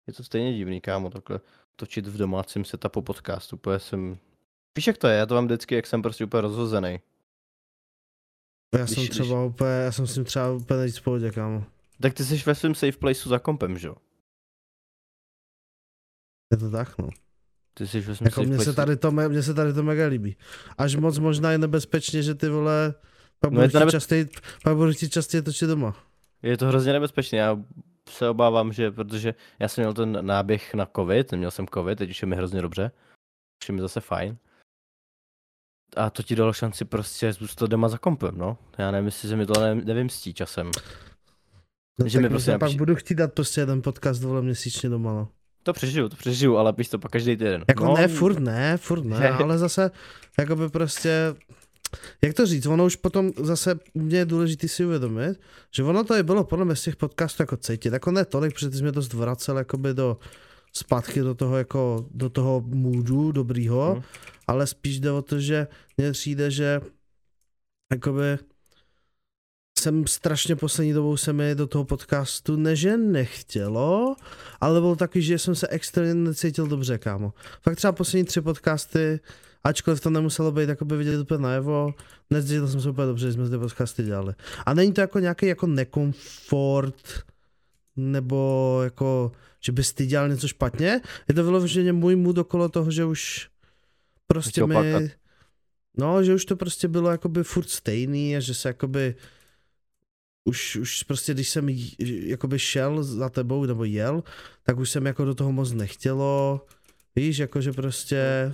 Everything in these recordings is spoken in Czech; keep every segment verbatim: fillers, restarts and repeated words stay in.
Je to stejně divný, kámo, takhle točit v domácím setupu podcastu, úplně jsem... Víš, jak to je? Já to mám vždycky, jak jsem prostě úplně rozhozený. Já když, jsem třeba když... úplně, já jsem s tím třeba úplně nejvíc v pohodě, kámo. Tak ty jsi ve svém safe placeu za kompem, že jo? Je to tak, no. Ty jsi ve svém jako safe mně placeu. se, tady to, mně se tady to mega líbí. Až moc možná je nebezpečně, že ty vole, pak no budu chtít nebez... častěji, pak budu chtít častěji točit doma. Je to hrozně nebezpečné, já se obávám, že, protože já jsem měl ten náběh na covid, neměl jsem covid, teď už je mi hrozně dobře, už je mi zase fajn. A to ti dalo šanci prostě zůstat doma za kompem, no. Já nevím, jestli se mi to ne, nevymstí časem. No že mi prostě napíš... pak budu chtít dát prostě jeden podcast vole měsíčně doma, no. To přežiju, to přežiju, ale píš to pak každý týden. Jako no. ne, furt ne, furt ne, ale zase, jakoby prostě, jak to říct, ono už potom zase mě je důležitý si uvědomit, že ono to je bylo podle mě z těch podcastů jako cítit, jako ne tolik, protože ty jsi mě dost vracel jakoby do, zpátky do toho jako, do toho moodu dobrýho, hmm. ale spíš jde o to, že mně přijde, že jakoby jsem strašně poslední dobou se mi do toho podcastu ne, že nechtělo, ale bylo takový, že jsem se extrémně necítil dobře, kámo. Fakt třeba poslední tři podcasty, ačkoliv to nemuselo být jakoby vidět úplně najevo, necítil jsem se úplně dobře, že jsme ty podcasty dělali. A není to jako nějaký jako nekomfort, nebo jako, že bys ty dělal něco špatně, je to vyloženě můj mood okolo toho, že už prostě mi, no, že už to prostě bylo jakoby furt stejný a že se jakoby Už, už prostě, když jsem jakoby šel za tebou, nebo jel, tak už jsem jako do toho moc nechtělo, víš, jakože prostě...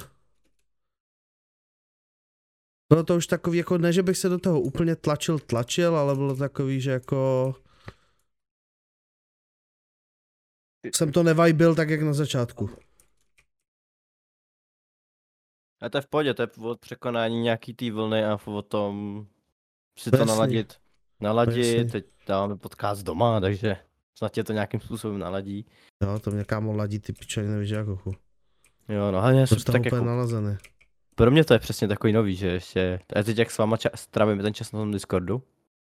Bylo to už takový, jako ne, že bych se do toho úplně tlačil, tlačil, ale bylo takový, že jako... Jsem to nevajbil tak, jak na začátku. A to je v pohodě, to je od překonání nějaký té vlny a o tom si to Jasný. naladit. Naladit, Jasný. teď dáváme podcast doma, takže snad tě to nějakým způsobem naladí. Jo, to mě kámo ladí, ty pičo, nevíš jak ochu. Jo, no ale já jsem to tak úplně jako... nalazený. Pro mě to je přesně takový nový, že ještě... A teď jak s váma ča... strávíme ten čas na tom Discordu.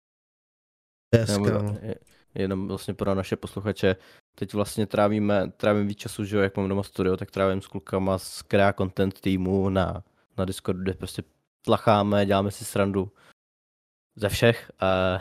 Yes, kámo. Jenom vlastně pro naše posluchače, teď vlastně trávíme, trávím víc času, že jo, jak mám doma studio, tak trávím s klukama z Krea Content týmu na, na Discordu, kde prostě tlacháme, děláme si srandu ze všech a,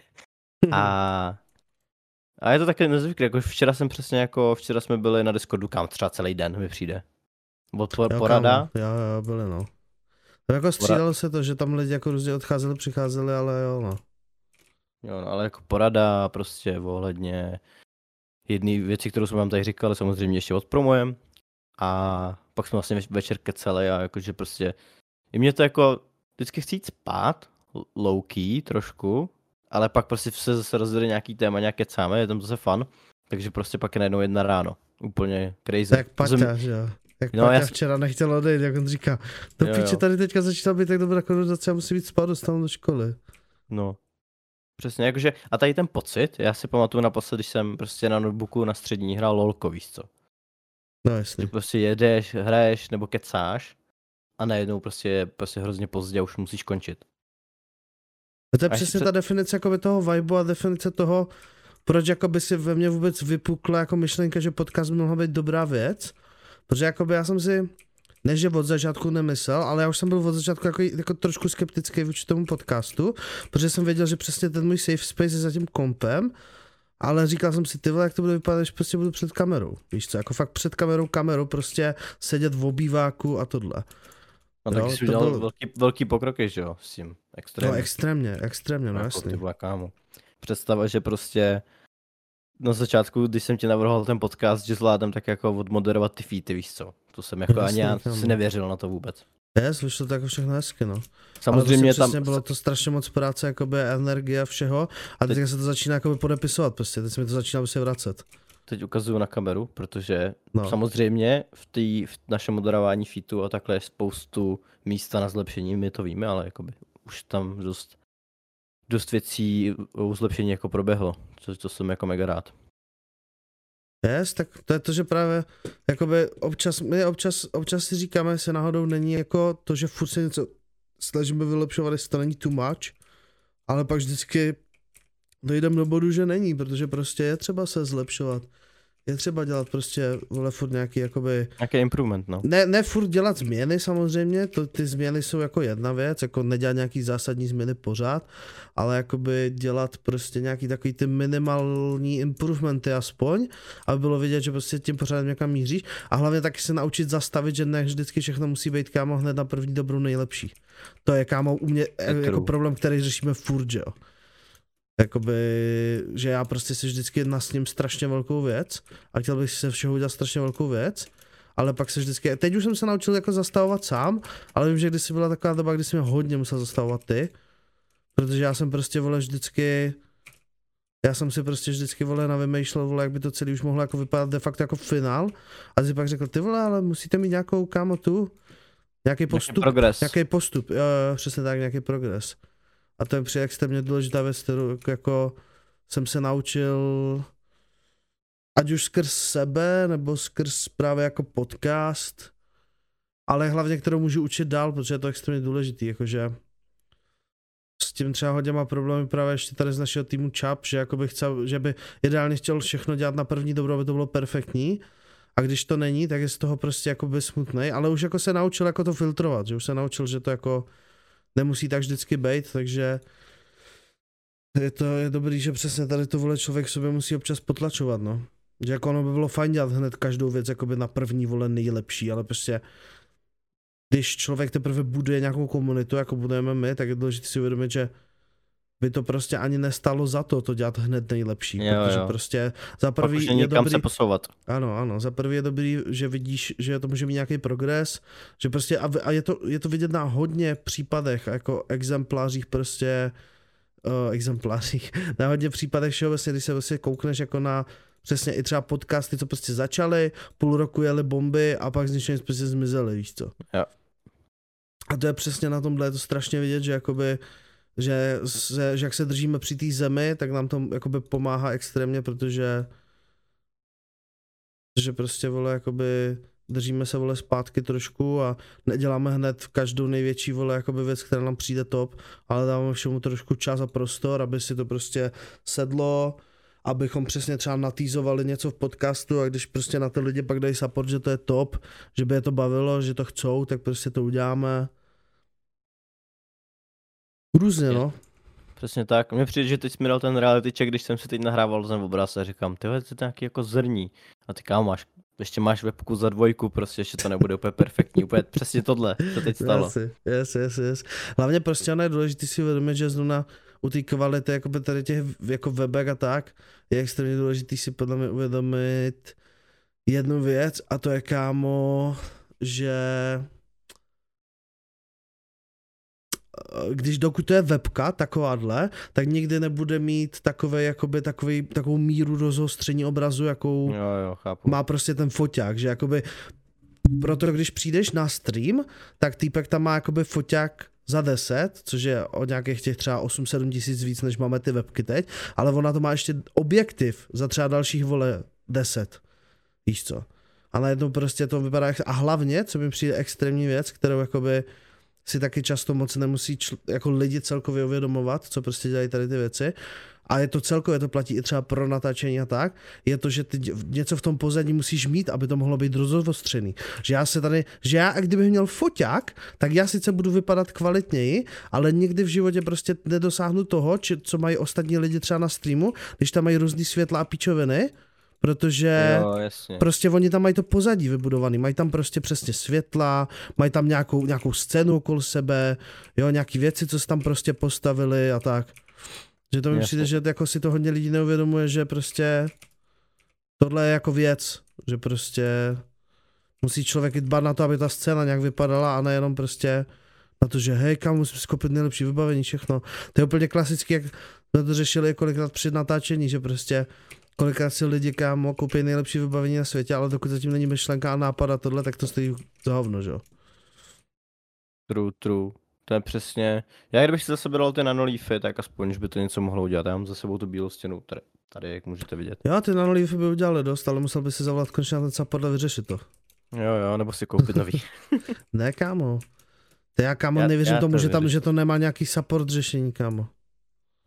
a, a je to taky nezvyklé, jako včera jsem přesně jako, včera jsme byli na Discordu, kam třeba celý den mi přijde. Od por, jo, porada. Jo, jo, byli no. To jako střídalo se to, že tam lidi jako různě odcházeli, přicházeli, ale jo no. Jo, no, ale jako porada prostě ohledně jedné věci, kterou jsme vám tady říkali, samozřejmě ještě odpromujem. A pak jsme vlastně večer keceli a jakože prostě i mě to jako vždycky chci jít spát, low key trošku, ale pak prostě se zase rozjede nějaký téma, nějak kecáme, je tam zase fun, takže prostě pak je najednou jedna ráno. Úplně crazy. Tak Paťa, že jo. Jak no, Paťa já... včera nechtěl odejít, jak on říká, to jo, píče, jo. Tady teďka začíná být tak dobrá konverzace, já musím jít spát, dostanu do školy. No. Přesně, jakože, a tady ten pocit, já si pamatuju naposled, když jsem prostě na notebooku na střední hrál lolko, víš co? No jasně. Že prostě jedeš, hraješ nebo kecáš a najednou prostě je prostě hrozně pozdě a už musíš končit. A to je a přesně před... ta definice jakoby toho vibe a definice toho, proč jakoby si ve mně vůbec vypukla jako myšlenka, že podcast by mohla být dobrá věc, protože jakoby já jsem si, ne že od začátku nemyslel, ale já už jsem byl od začátku jako, jako trošku skeptický vůči tomu podcastu, protože jsem věděl, že přesně ten můj safe space je za tím kompem, ale říkal jsem si, ty vole, jak to bude vypadat, když prostě budu před kamerou, víš co, jako fakt před kamerou, kamerou, prostě sedět v obýváku a tohle. No tak jsi udělal byl... velký, velký pokroky, že jo, s tím, extrémně. No extrémně, extrémně, no jako jasný. Ty vole, kámo. Představa, že prostě na začátku, když jsem ti navrhoval ten podcast, že zvládám tak jako odmoderovat ty feety, víš co, to jsem jako jasný, ani já si nevěřil na to vůbec. Yes, vyšlo to jako všechno hezky, no. Samozřejmě tam... tam... bylo to strašně moc práce, jakoby energie a všeho a teď, teď se to začíná jakoby podepisovat prostě, teď se mi to začíná se vracet. Teď ukazuju na kameru, protože no. samozřejmě v, tý, v našem moderování feetu a takhle je spoustu místa na zlepšení, my to víme, ale jakoby už tam dost, dost věcí u zlepšení jako proběhlo, což to jsem jako mega rád. Yes, tak to je to, že právě jakoby občas, my občas, občas si říkáme, že náhodou není jako to, že furt se něco snažíme vylepšovat, jestli to není too much, ale pak vždycky dojdeme do bodu, že není, protože prostě je třeba se zlepšovat. je třeba dělat prostě, vole, furt nějaký, jakoby... Nějaký improvement, no. Ne, ne furt dělat změny samozřejmě, to, ty změny jsou jako jedna věc, jako nedělat nějaký zásadní změny pořád, ale jakoby dělat prostě nějaký takový ty minimální improvementy aspoň, aby bylo vidět, že prostě tím pořád někam míříš a hlavně taky se naučit zastavit, že ne vždycky všechno musí být, kámo, hned na první dobrou nejlepší. To je, kámo, u mě jako problém, který řešíme furt, že jo. Jakoby, že já prostě si vždycky nasním strašně velkou věc a chtěl bych si se všeho udělat strašně velkou věc, ale pak se vždycky, teď už jsem se naučil jako zastavovat sám, ale vím, že kdysi byla taková doba, kdy jsem mě hodně musel zastavovat ty, protože já jsem prostě, vole, vždycky, já jsem si prostě vždycky, vole, navymýšlel, vole, jak by to celý už mohlo jako vypadat de facto jako finál a si pak řekl, ty vole, ale musíte mít nějakou, kámo, tu, nějaký postup, nějaký postup, jo, jo, přesně tak, nějaký progres. A to je při extrémně důležitá věc, kterou jako jsem se naučil, ať už skrz sebe, nebo skrz právě jako podcast, ale hlavně, kterou můžu učit dál, protože je to extrémně důležitý, jakože s tím třeba hodně má problémy právě ještě tady z našeho týmu Čap, že jakoby chtěl, že by ideálně chtěl všechno dělat na první dobro, aby to bylo perfektní, a když to není, tak je z toho prostě jakoby smutnej, ale už jako se naučil jako to filtrovat, že už se naučil, že to jako nemusí tak vždycky být, takže je to je dobrý, že přesně tady to, vole, člověk sobě musí občas potlačovat, no. Že jako ono by bylo fajn dělat hned každou věc jakoby na první, vole, nejlepší, ale prostě když člověk teprve buduje nějakou komunitu, jako budujeme my, tak je důležité si uvědomit, že by to prostě ani nestalo za to, to dělat hned nejlepší, jo, protože jo. prostě za prvý je dobrý, se posouvat. Ano, ano, za prvý je dobrý, že vidíš, že to může mít nějaký progres, že prostě a, a je, to, je to vidět na hodně případech, jako exemplářích prostě, uh, exemplářích, na hodně případech všeobecně, když se prostě koukneš jako na přesně i třeba podcasty, co prostě začaly, půl roku jeli bomby a pak z ničeho nic prostě zmizely, víš co. Jo. A to je přesně na tomhle, je to strašně vidět, že jakoby Že, že, že jak se držíme při té zemi, tak nám to jakoby pomáhá extrémně, protože že prostě, vole, jakoby držíme se, vole, zpátky trošku a neděláme hned každou největší, vole, jakoby věc, která nám přijde top, ale dáváme všemu trošku čas a prostor, aby si to prostě sedlo, abychom přesně třeba natýzovali něco v podcastu a když prostě na ty lidi pak dají support, že to je top, že by je to bavilo, že to chcou, tak prostě to uděláme. Různě, no. Přesně tak. Mně přijde, že teď jsi mi dal ten reality check, když jsem si teď nahrával ten obraz a říkám, tyhle, to je nějaký jako zrní. A ty kámo, máš, ještě máš webku za dvojku, prostě ještě to nebude úplně perfektní, úplně přesně tohle, co teď stalo. Yes, yes, yes, yes. Hlavně prostě ono je důležité si uvědomit, že zrovna u té kvality jako tady těch jako webek a tak, je extrémně důležité si podle mě uvědomit jednu věc a to je, kámo, že když dokud to je webka takováhle, tak nikdy nebude mít takové, jakoby, takový, takovou míru rozostření obrazu, jakou jo, jo, chápu. Má prostě ten foťák, že jakoby proto když přijdeš na stream, tak týpek tam má jakoby foťák za deset, což je o nějakých těch třeba osm sedm tisíc víc, než máme ty webky teď, ale ona to má ještě objektiv za třeba dalších, vole, deset, víš co. A najednou prostě to vypadá, a hlavně, co mi přijde extrémní věc, kterou jakoby si taky často moc nemusí čl- jako lidi celkově uvědomovat, co prostě dělají tady ty věci. A je to celkově, to platí i třeba pro natáčení a tak, je to, že ty něco v tom pozadí musíš mít, aby to mohlo být rozostřený. Že já se tady, že já, kdybych měl foťák, tak já sice budu vypadat kvalitněji, ale nikdy v životě prostě nedosáhnu toho, či, co mají ostatní lidi třeba na streamu, když tam mají různý světla a píčoviny, protože jo, jasně. Prostě oni tam mají to pozadí vybudovaný, mají tam prostě přesně světla, mají tam nějakou, nějakou scénu okolo sebe, jo, nějaký věci, co se tam prostě postavili a tak. Že to mi přijde, že jako si to hodně lidí neuvědomuje, že prostě tohle je jako věc, že prostě musí člověk dbát na to, aby ta scéna nějak vypadala a nejenom prostě na to, že hej, kam musím skopit nejlepší vybavení, všechno. To je úplně klasicky, jak jsme to řešili kolikrát před natáčení, že prostě kolikrát si lidi, kámo, koupí nejlepší vybavení na světě, ale dokud zatím není myšlenka a nápad a tohle, tak to stojí za hovno, že jo? True, true. To je přesně, já kdybych si za sebe dal ty nanolífy, tak aspoň, že by to něco mohlo udělat. Já mám za sebou tu bílou stěnu, tady, tady jak můžete vidět. Jo, ty nanolífy by udělali dost, ale musel by si zavolat konečně na ten support a vyřešit to. Jo, jo, nebo si koupit nový. Ne, kámo. To já, kámo, já, nevěřím já tomu, to že tam, že to nemá nějaký support řešení, kámo.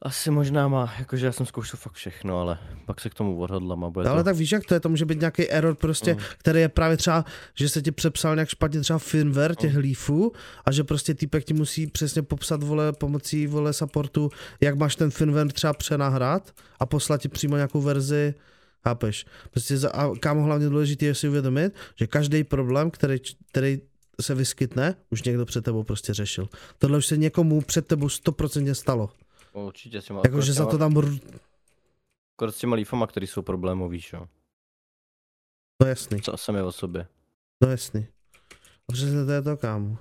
Asi možná má, jakože já jsem zkoušel fakt všechno, ale pak se k tomu odhodlám a bude Ale to... tak víš, jak to je, to může být nějaký error prostě, Mm. který je právě třeba, že se ti přepsal nějak špatně třeba firmware těch lífů a že prostě týpek ti musí přesně popsat, vole, pomocí, vole, supportu, jak máš ten firmware třeba přenahrát a poslat ti přímo nějakou verzi, chápeš? Prostě za, a kámo, hlavně důležité je si uvědomit, že každý problém, který, který se vyskytne, už někdo před tebou prostě řešil. Tohle už se někomu před tebou stoprocentně stalo. Určitě si má... Jakože za to tam... Skoro s těma lífama, který jsou problémový, jo. No jasný. Co sami o sobě. No jasný. A přesně to je to, kámo.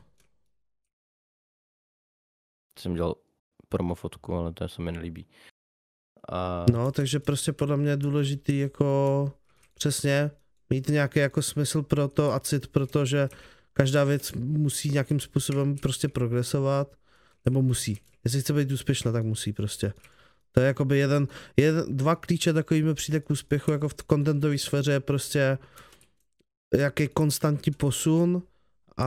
Jsem dělal promofotku, ale to se mi nelíbí. A... No, takže prostě podle mě je důležitý jako přesně mít nějaký jako smysl pro to a cit, protože každá věc musí nějakým způsobem prostě progresovat, nebo musí. Jestli chce být úspěšná, tak musí prostě. To je jakoby jeden, jeden dva klíče takový mi přijde k úspěchu jako v contentové sféře je prostě jaký konstantní posun a,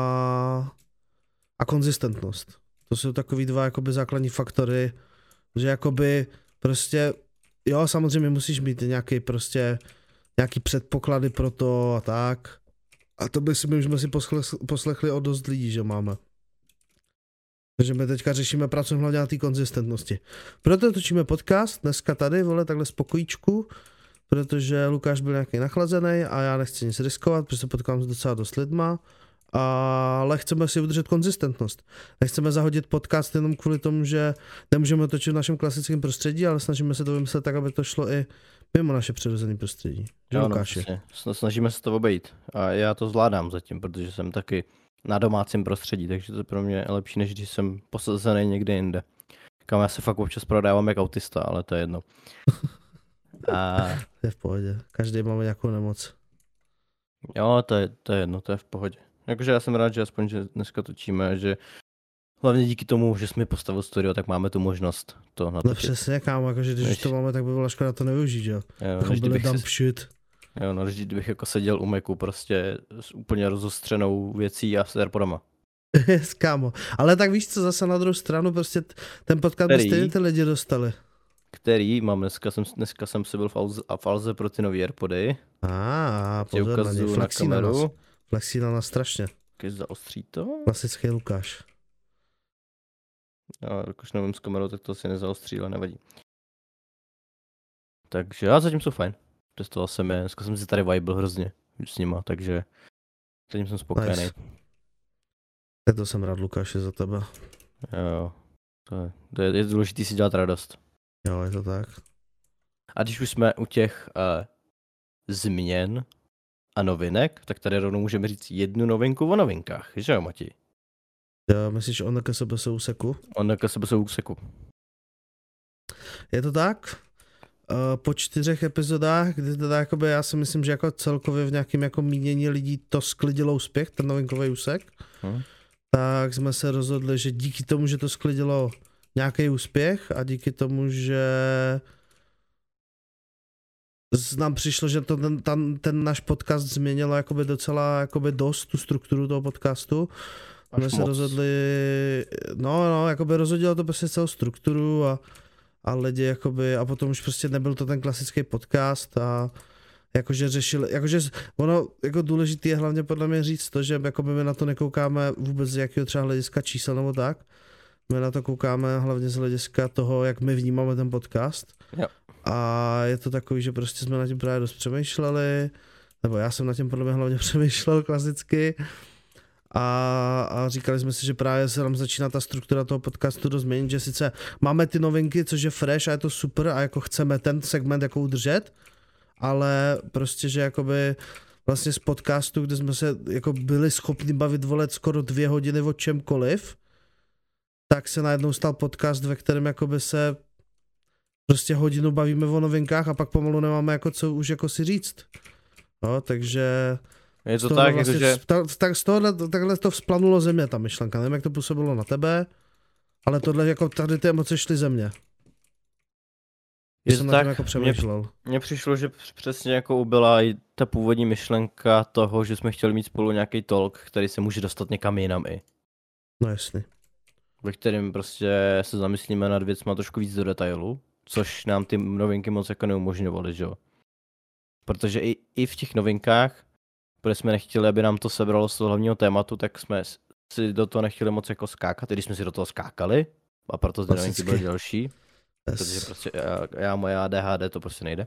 a konzistentnost. To jsou takový dva jakoby základní faktory, že jakoby prostě, jo, samozřejmě musíš mít nějaký prostě, nějaký předpoklady pro to a tak. A to by si my už jsme si poslechli, poslechli o dost lidí, že máme. Takže my teďka řešíme, pracujeme hlavně na té konzistentnosti. Proto točíme podcast dneska tady, vole, takhle z pokojíčku, protože Lukáš byl nějaký nachlazený a já nechci nic riskovat, protože se potkám s docela dost lidma, ale chceme si udržet konzistentnost. Nechceme zahodit podcast jenom kvůli tomu, že nemůžeme točit v našem klasickém prostředí, ale snažíme se to vymyslet tak, aby to šlo i mimo naše přirozené prostředí. Že, jo, Lukáši? No, snažíme se to obejít a já to zvládám zatím, protože jsem taky na domácím prostředí, takže to je pro mě lepší, než když jsem posazený někde jinde. Kam já se fakt občas prodávám jak autista, ale to je jedno. A... To je v pohodě, každý máme nějakou nemoc. Jo, to je, to je jedno, to je v pohodě. Jakože já jsem rád, že aspoň, že dneska točíme, že hlavně díky tomu, že jsme postavili studio, tak máme tu možnost to natočit. No přesně, kámo, jakože když než... to máme, tak by bylo škoda to nevyužít, jo. Jo, Bychom byli dumb si... shit. Jo, no, když bych jako seděl u Macu prostě s úplně rozostřenou věcí a s AirPodama. Yes, kámo. Ale tak víš co, zase na druhou stranu prostě ten podcast by stejně ty lidi dostali. Který mám dneska, jsem, dneska jsem si byl v Alze, v Alze pro ty nový AirPody. A ah, pozor na ně, flexí na nás. Flexí na nás strašně. Když zaostří to? Klasický Lukáš. Jo, jakož nevím s kamerou, tak to asi nezaostří, ale nevadí. Takže já zatím jsou fajn. Testoval jsem je, dneska jsem si tady vibe hrozně s nima, takže zatím jsem spokojený. Nice. Tak to jsem rád, Lukáši, za tebe. Jo, to je, to je, je důležité si dělat radost. Jo, je to tak. A když už jsme u těch uh, změn a novinek, tak tady rovnou můžeme říct jednu novinku o novinkách, že jo, Mati? Jo, myslíš o N K S B S úseku? O N K S B S úseku. Je to tak? Uh, po čtyřech epizodách, kdy teda jakoby já si myslím, že jako celkově v nějakém jako mínění lidí to sklidilo úspěch, ten novinkový úsek, hmm. tak jsme se rozhodli, že díky tomu, že to sklidilo nějaký úspěch a díky tomu, že nám přišlo, že to ten, ten, ten náš podcast změnilo jakoby docela jakoby dost tu strukturu toho podcastu. Jsme se rozhodli, no, no, jakoby rozhodilo to prostě celou strukturu a, a lidi jakoby, a potom už prostě nebyl to ten klasický podcast a jakože řešili, jakože ono jako důležité je hlavně podle mě říct to, že jakoby my na to nekoukáme vůbec z jakého třeba hlediska čísel nebo tak. My na to koukáme hlavně z hlediska toho, jak my vnímáme ten podcast. Jo. A je to takový, že prostě jsme na tím právě dost přemýšleli, nebo já jsem na tím podle mě hlavně přemýšlel klasicky. A, a říkali jsme si, že právě se nám začíná ta struktura toho podcastu dost změnit, že sice máme ty novinky, což je fresh a je to super a jako chceme ten segment jako udržet, ale prostě, že jakoby vlastně z podcastu, kde jsme se jako byli schopni bavit volet skoro dvě hodiny o čemkoliv, tak se najednou stal podcast, ve kterém jakoby se prostě hodinu bavíme o novinkách a pak pomalu nemáme jako co už jako si říct. No, takže je to tak, vlastně, že... tak z tohohle, takhle to vzplanulo země, ta myšlenka. Nevím, jak to působilo na tebe, ale tohle jako tady ty emoce šly ze mě. Je to tak, jako přemýšlel. Mně přišlo, že přesně jako ubyla i ta původní myšlenka toho, že jsme chtěli mít spolu nějaký talk, který se může dostat někam jinam i. No jasný. ve kterém prostě se zamyslíme nad věcma trošku víc do detailu, což nám ty novinky moc jako neumožňovaly, že jo. Protože i, i v těch novinkách, protože jsme nechtěli, aby nám to sebralo z toho hlavního tématu, tak jsme si do toho nechtěli moc jako skákat, i když jsme si do toho skákali, a proto ty novinky byly další, yes. Protože prostě já, já moje A D H D to prostě nejde.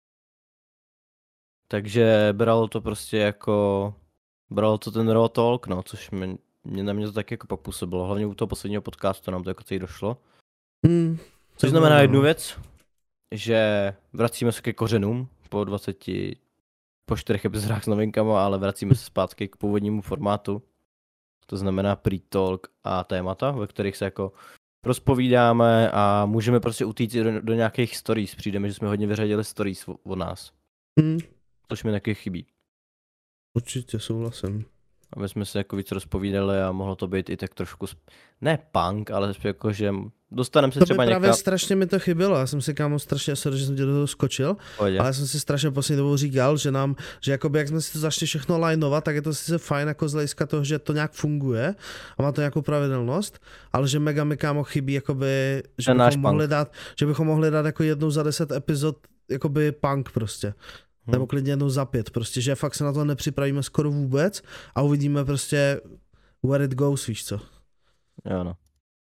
Takže bralo to prostě jako, bralo to ten raw talk, no, což mě, mě na mě to tak jako pak působilo, hlavně u toho posledního podcastu nám to jako celý došlo. Mm, což znamená jednu věc, že vracíme se ke kořenům po dvaceti, po čtyřech epizodách s novinkama, ale vracíme se zpátky k původnímu formátu. To znamená pre-talk a témata, ve kterých se jako rozpovídáme a můžeme prostě utýct do, do nějakých stories. Přijdeme, že jsme hodně vyřadili stories od nás. Mm. Což mi taky chybí. Určitě souhlasím. Aby jsme se jako víc rozpovídali a mohlo to být i tak trošku, sp... ne punk, ale jako, že dostaneme se to třeba by právě někam... strašně mi to chybělo, já jsem si kámo strašně sorry, že jsem tě do toho skočil, Pojde. Ale já jsem si strašně poslední dobou říkal, že nám, že jakoby jak jsme si to začali všechno lineovat, tak je to sice fajn jako z hlediska toho, že to nějak funguje a má to nějakou pravidelnost, ale že mega mi kámo chybí, jakoby, že bychom mohli dát, že bychom mohli dát jako jednou za deset epizod, jakoby punk prostě. Hmm. Nebo klidně jednou za pět, prostě, že fakt se na to nepřipravíme skoro vůbec a uvidíme prostě where it goes, víš co. Jo no.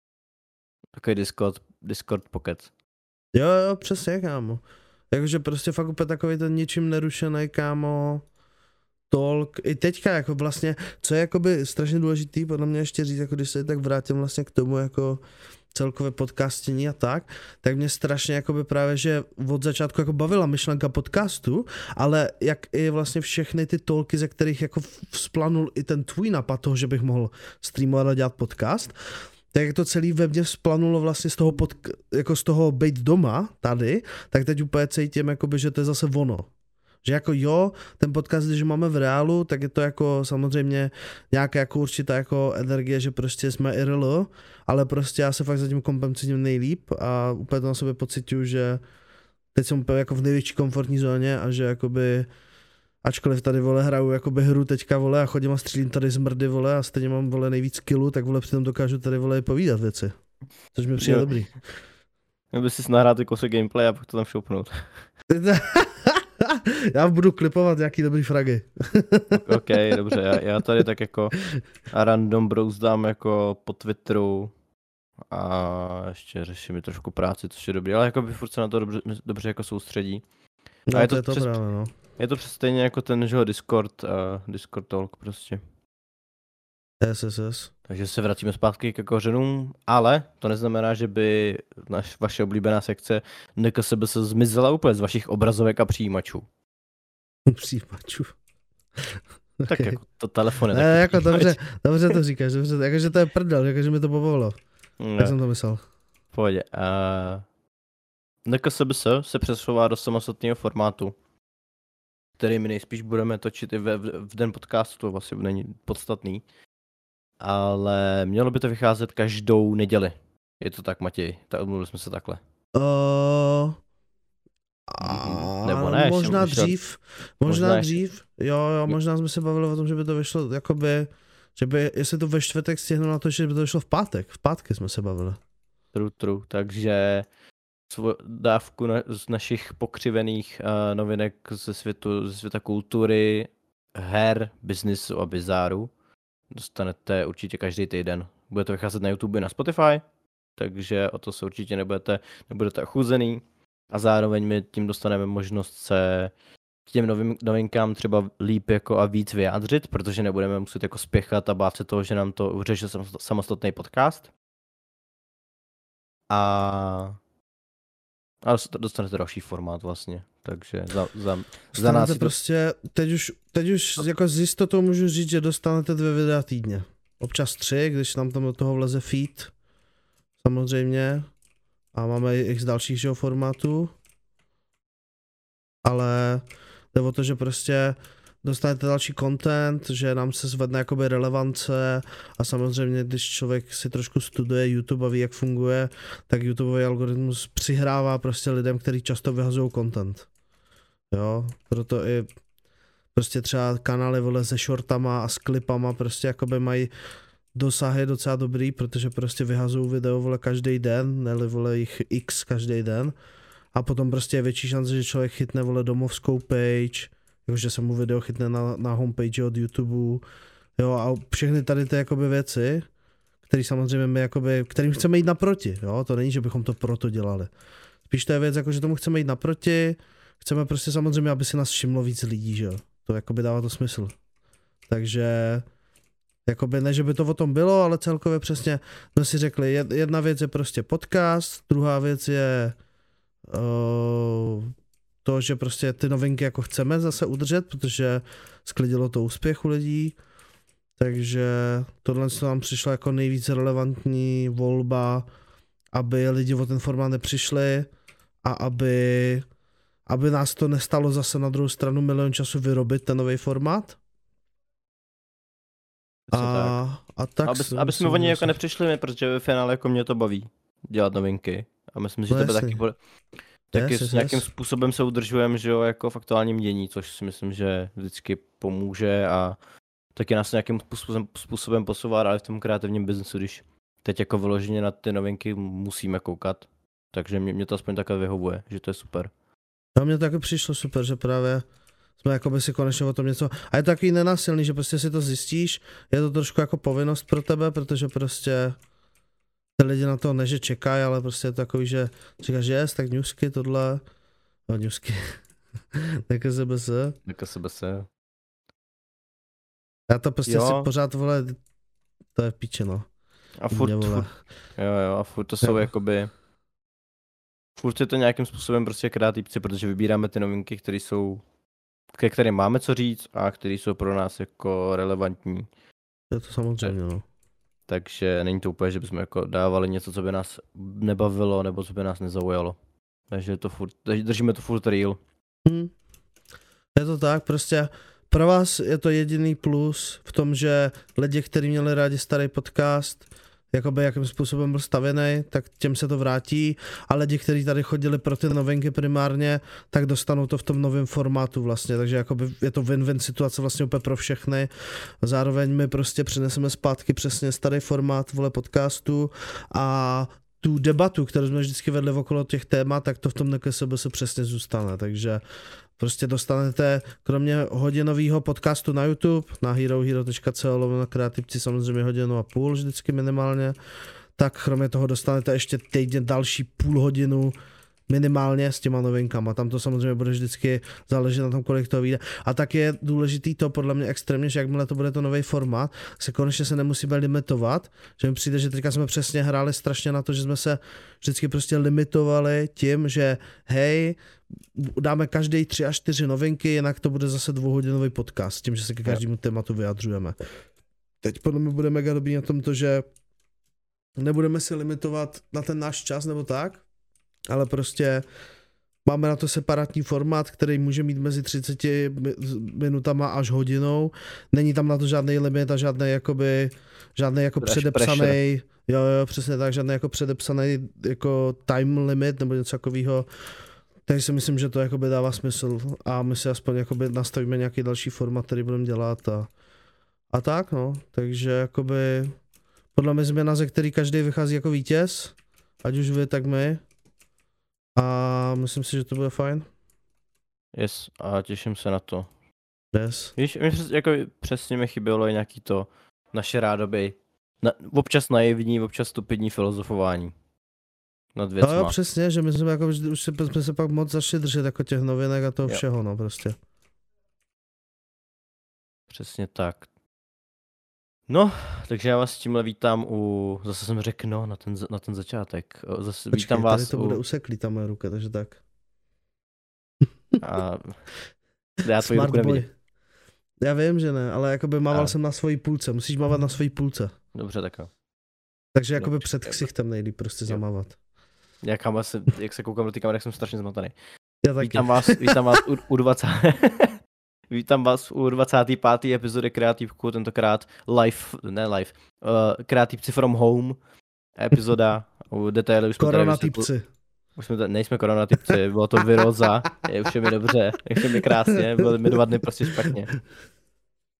Takový Discord, Discord pocket. Jo, jo, přesně, kámo. Jakože prostě fakt úplně takový ten ničím nerušený, kámo, talk. I teďka, jako vlastně, co je jakoby strašně důležitý, podle mě ještě říct, jako když se tak vrátím vlastně k tomu, jako celkové podcastění a tak, tak mě strašně jakoby právě, že od začátku jako bavila myšlenka podcastu, ale jak i vlastně všechny ty talky, ze kterých jako vzplanul i ten tvůj nápad toho, že bych mohl streamovat a dělat podcast, tak jak to celý ve mně vzplanulo vlastně z toho, pod, jako z toho být doma tady, tak teď úplně cítím, jakoby, že to je zase ono. Že jako jo, ten podcast, když máme v reálu, tak je to jako samozřejmě nějaká jako určitá jako energie, že prostě jsme I R L, ale prostě já se fakt zatím kompem cítím nejlíp a úplně to na sobě pocituju, že teď jsem úplně jako v největší komfortní zóně a že jakoby ačkoliv tady vole hraju jakoby hru teďka vole a chodím a střílím tady z mrdy vole a stejně mám vole nejvíc killu, tak vole přitom dokážu tady vole povídat věci. Což mi přijde dobrý. Měl bys si nahrát ty kousek gameplay a pak to tam šoupnout. Já budu klipovat nějaký dobrý fragy. OK, dobře, já, já tady tak jako random brouzdám jako po Twitteru a ještě řeším mi trošku práci, což je dobrý, ale jako by furt se na to dobře, dobře jako soustředí. No, a je to, to, je to přes, právě, no. Je to přes stejně jako ten, že Discord, uh, Discord Talk prostě. S S S. Takže se vracíme zpátky ke kořenům, ale to neznamená, že by naš, vaše oblíbená sekce N K S B se zmizela úplně z vašich obrazovek a přijímačů. Přijímačů. Tak okay. Jako to telefony. Ne, jako dobře, dobře to říkáš, dobře, jakože to je prdel, jakože mi to pobavilo. Ne. Tak jsem to myslel. V pohodě. Uh, N K S B se přesouvá do samostatného formátu, který my nejspíš budeme točit i v, v den podcastu, to vlastně není podstatný. Ale mělo by to vycházet každou neděli. Je to tak, Matěj? Tak odmluvili jsme se takhle. Uh, a... Nebo ne? Možná dřív. Možná, možná dřív. Jo, jo, možná jsme se bavili o tom, že by to vyšlo, jakoby, že by, jestli to ve čtvrtek stihnu na to, že by to vyšlo v pátek. V pátky jsme se bavili. True, true. Takže svou dávku na, z našich pokřivených uh, novinek ze světu, ze světa kultury, her, biznisu a bizáru dostanete určitě každý týden. Bude to vycházet na YouTube na Spotify, takže o to se určitě nebudete, nebudete ochuzený. A zároveň my tím dostaneme možnost se k těm novým, novinkám třeba líp jako a víc vyjádřit, protože nebudeme muset jako spěchat a bát se toho, že nám to uřeší samostatný podcast. A, a dostanete další formát vlastně, takže za, za, za nás... To... prostě, teď už, teď už jako s jistotou můžu říct, že dostanete dvě videa týdně. Občas tři, když nám tam do toho vleze feed, samozřejmě. A máme i z dalších žeho formátů. Ale jde o to, že prostě dostanete další content, že nám se zvedne jakoby relevance a samozřejmě, když člověk si trošku studuje YouTube a ví, jak funguje, tak YouTubeový algoritmus přihrává prostě lidem, kteří často vyhazují content. Jo, proto i prostě třeba kanály vole se shortama a s klipama prostě jakoby mají dosah je docela dobrý, protože prostě vyhazují video, vole, každý den, neli, vole, jich x každý den. A potom prostě je větší šance, že člověk chytne, vole, domovskou page, jakože se mu video chytne na, na homepage od YouTube, jo, a všechny tady ty, jakoby, věci, který samozřejmě my, jakoby, kterým chceme jít naproti, jo, to není, že bychom to proto dělali. Spíš to je věc, jako, že tomu chceme jít naproti, chceme prostě samozřejmě, aby si nás všimlo víc lidí, že jo, to jakoby dává to smysl. Takže, jakoby ne, že by to o tom bylo, ale celkově přesně jsme si řekli, jedna věc je prostě podcast, druhá věc je uh, to, že prostě ty novinky jako chceme zase udržet, protože sklidilo to úspěch u lidí, takže tohle nám přišla jako nejvíc relevantní volba, aby lidi o ten formát nepřišli a aby, aby nás to nestalo zase na druhou stranu milion času vyrobit ten nový formát. A, a tak aby, aby jsme o ně jako nepřišli, protože ve finále jako mě to baví dělat novinky a myslím, že no tebe taky bude. Taky yes, s nějakým yes. způsobem se udržujeme, že jo, jako v aktuálním dění, což si myslím, že vždycky pomůže a taky nás nějakým způsobem, způsobem posouvá ale v tom kreativním biznesu, když teď jako vyloženě na ty novinky musíme koukat. Takže mě, mě to aspoň takhle vyhovuje, že to je super. A mně taky přišlo super, že právě jsme jakoby si konečně o tom něco, a je to taky nenásilný, že prostě si to zjistíš, je to trošku jako povinnost pro tebe, protože prostě ty lidi na to ne, že čekají, ale prostě je to takový, že říkáš, že jest, tak newsky, tohle, no newsky, tak S B S. Tak S B S. Já to prostě jo. si pořád, vole, to je v píče, no. A furt, furt, jo jo, a furt to jsou jo. jakoby, furt je to nějakým způsobem prostě kreativci, protože vybíráme ty novinky, které jsou, ke kterým máme co říct a které jsou pro nás jako relevantní. Je to samozřejmě, no. Takže není to úplně, že bychom jako dávali něco, co by nás nebavilo, nebo co by nás nezaujalo. Takže to furt, držíme to furt real. Hmm. Je to tak, prostě pro vás je to jediný plus v tom, že lidi, kteří měli rádi starý podcast, jakoby jakým způsobem byl stavěný, tak těm se to vrátí a lidi, kteří tady chodili pro ty novinky primárně, tak dostanou to v tom novém formátu vlastně, takže jakoby je to win-win situace vlastně úplně pro všechny. Zároveň my prostě přineseme zpátky přesně starý formát, vole, podcastu a tu debatu, kterou jsme vždycky vedli okolo těch témat, tak to v tom N K S B se přesně zůstane, takže prostě dostanete kromě hodinového podcastu na YouTube, na herohero tečka co lomeno kreativci samozřejmě hodinu a půl vždycky minimálně, tak kromě toho dostanete ještě týdně další půl hodinu minimálně s těma novinkama. Tam to samozřejmě bude vždycky záležet na tom, kolik to vyjde. A tak je důležitý to podle mě extrémně, že jakmile to bude to nový formát, se konečně se nemusíme limitovat, že mi přijde, že teďka jsme přesně hráli strašně na to, že jsme se vždycky prostě limitovali tím, že hej, dáme každý tři až čtyři novinky, jinak to bude zase dvouhodinový podcast, tím, že se ke každému tématu vyjadřujeme. Teď podle mě bude mega dobrý na tom to, že nebudeme si limitovat na ten náš čas nebo tak, ale prostě máme na to separátní formát, který může mít mezi třiceti minutama až hodinou. Není tam na to žádný limit a žádný jakoby, žádný jako Preš, předepsaný, jo, jo, přesně tak, žádný jako předepsaný jako time limit nebo něco takového. Takže si myslím, že to jakoby dává smysl a my si aspoň jakoby nastavíme nějaký další format, který budeme dělat a, a tak, no. Takže jakoby podle mě změna, ze který každý vychází jako vítěz, ať už vy, tak my. A myslím si, že to bude fajn. Yes, a těším se na to. Yes. Víš, mě přes, jako přesně mi chybělo i nějaký to naše rádoby, na, občas naivní, občas stupidní filozofování. Nad věcma. No jo, přesně, že my jsme, jako, už se, jsme se pak moc začali držet jako těch novinek a toho jo. všeho, no prostě. Přesně tak. No, takže já vás tímhle vítám u, zase jsem řekl no, na ten, na ten začátek. Zase Počkej, vítám vás tady to u... bude useklý ta moje ruka, takže tak. A... Já tvoji ruku nevidím. Já vím, že ne, ale jakoby mával a... jsem na svojí půlce, musíš mávat na svojí půlce. Dobře, tak jo. Takže jakoby Dobře, před ksichtem nejlíp prostě jo. zamávat. Jak, se, jak se koukám do té kamery, jsem strašně zmatený. Já taky. Vítám vás, vítám vás u, u dvacátého Vítám vás u dvacáté páté epizody Kreatívku, tentokrát live, ne live, uh, Kreatívci from home epizoda, u detaily už jsme Korona typci. Už jsme tady, nejsme korona typci, bylo to viróza, je už je mi dobře, je mi krásně, byly mi dva dny prostě špatně.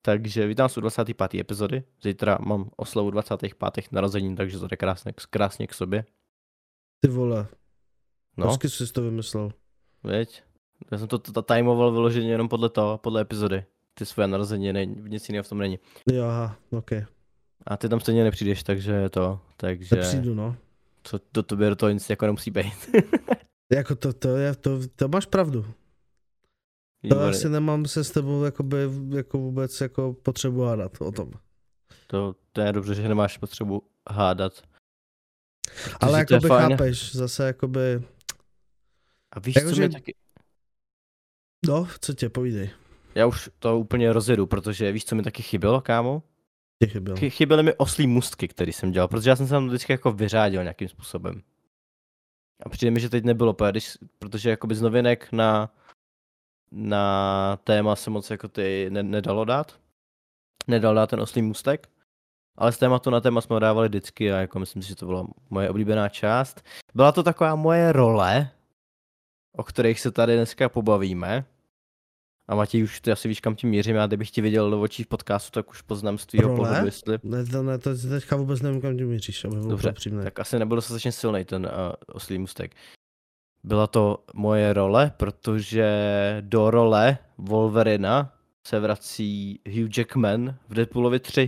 Takže vítám vás u dvacáté páté epizody. Zítra mám oslavu dvacátých pátých narozenin, takže to jde krásně, krásně k sobě. Ty vole. No, Hezky jsi to vymyslel. viď? Já jsem to tajmoval vyloženě jenom podle toho, podle epizody. Ty svoje narozeniny, nic jiného v tom není. Jo, aha, ok. A ty tam stejně nepřijdeš, takže to, takže... Nepřijdu, no. To, to tobě do toho nic jako nemusí být. Jako to, to je, to, to máš pravdu. To asi nemám se s tebou jakoby, jako vůbec jako potřebu hádat o tom. To, to je dobře, že nemáš potřebu hádat. Ale jakoby chápeš, zase jakoby... A víš, jako co že... mě taky... No, co tě, povídej. Já už to úplně rozjedu, protože víš, co mi taky chybělo, kámo? Tě chybělo. Chy- chyběly mi oslí můstky, který jsem dělal, protože já jsem se tam vždycky jako vyřádil nějakým způsobem. A přijde mi, že teď nebylo, protože jakoby z novinek na, na téma se moc jako ty ne- nedalo dát. Nedal dát ten oslý můstek. Ale z tématu na téma jsme ho dávali vždycky a jako myslím si, že to byla moje oblíbená část. Byla to taková moje role, o kterých se tady dneska pobavíme. A Matěj, už ty asi víš, kam tím mířím, já kdybych ti viděl do očí v podcastu, tak už poznám z tvýho pohledu, jestli... Ne, to, ne, to teďka vůbec nevím, kam tím míříš, aby byl Dobře, přímě. tak asi nebyl dostatečně silný ten uh, oslý můstek. Byla to moje role, protože do role Wolverina se vrací Hugh Jackman v Deadpoolovi tři.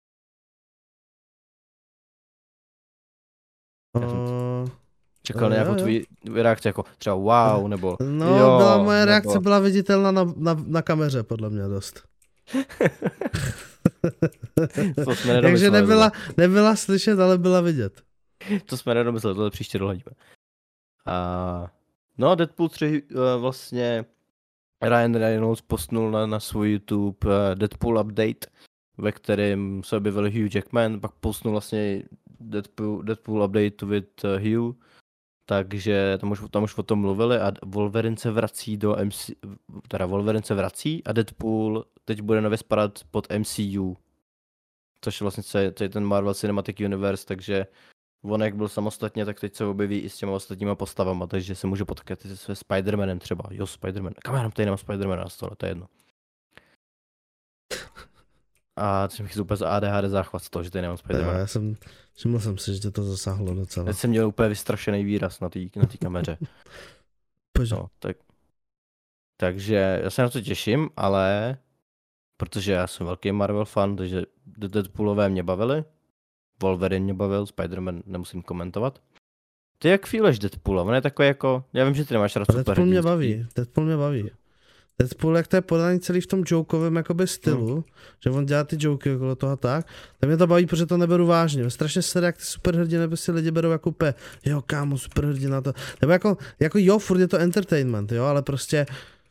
Já jsem čekal no, na nějakou tvůj reakci, jako třeba wow, nebo no, jo, byla moje nebo... reakce byla viditelná na, na, na kameře, podle mě dost. To jsme Takže nebyla, nebyla slyšet, ale byla vidět. To jsme nedomysleli, tohle příště dohledíme. A... No, Deadpool tři uh, vlastně Ryan Reynolds postnul na, na svůj YouTube uh, Deadpool update, ve kterém se objevil Hugh Jackman, pak postnul vlastně Deadpool, Deadpool update with uh, Hugh, takže tam už, tam už o tom mluvili a Wolverine se vrací do M C, teda Wolverine se vrací a Deadpool teď bude nově spadat pod M C U, což vlastně to je ten Marvel Cinematic Universe, takže on jak byl samostatně, tak teď se objeví i s těma ostatníma postavama, takže se může potkat se Spider-Manem třeba. Jo, Spider-Man. Kam já tady nemám Spider-Mana na stole, to je jedno. A jsem chytil úplně za A D H D záchvat z toho, že tady nemám Spider-Mana. Já jsem, všiml jsem si, že tě to zasáhlo docela. Teď jsem měl úplně vystrašený výraz na té na kameře. No, tak, takže já se na to těším, ale protože já jsem velký Marvel fan, takže Deadpoolové mě bavili. Wolverine mě bavil, Spider-Man nemusím komentovat. Ty jak feeluješ Deadpoola? On je takový jako, já vím, že ty nemáš rád super Deadpool mě baví, Deadpool mě baví. Deadpool, jak to je podaný celý v tom jokovém jakoby stylu, hmm. že on dělá ty joky okolo toho tak, tak mě to baví, protože to neberu vážně. Strašně se jak ty superhrdiny, nebo si lidi berou jako úplně, jo kámo, superhrdina to, nebo jako, jako jo, furt je to entertainment, jo, ale prostě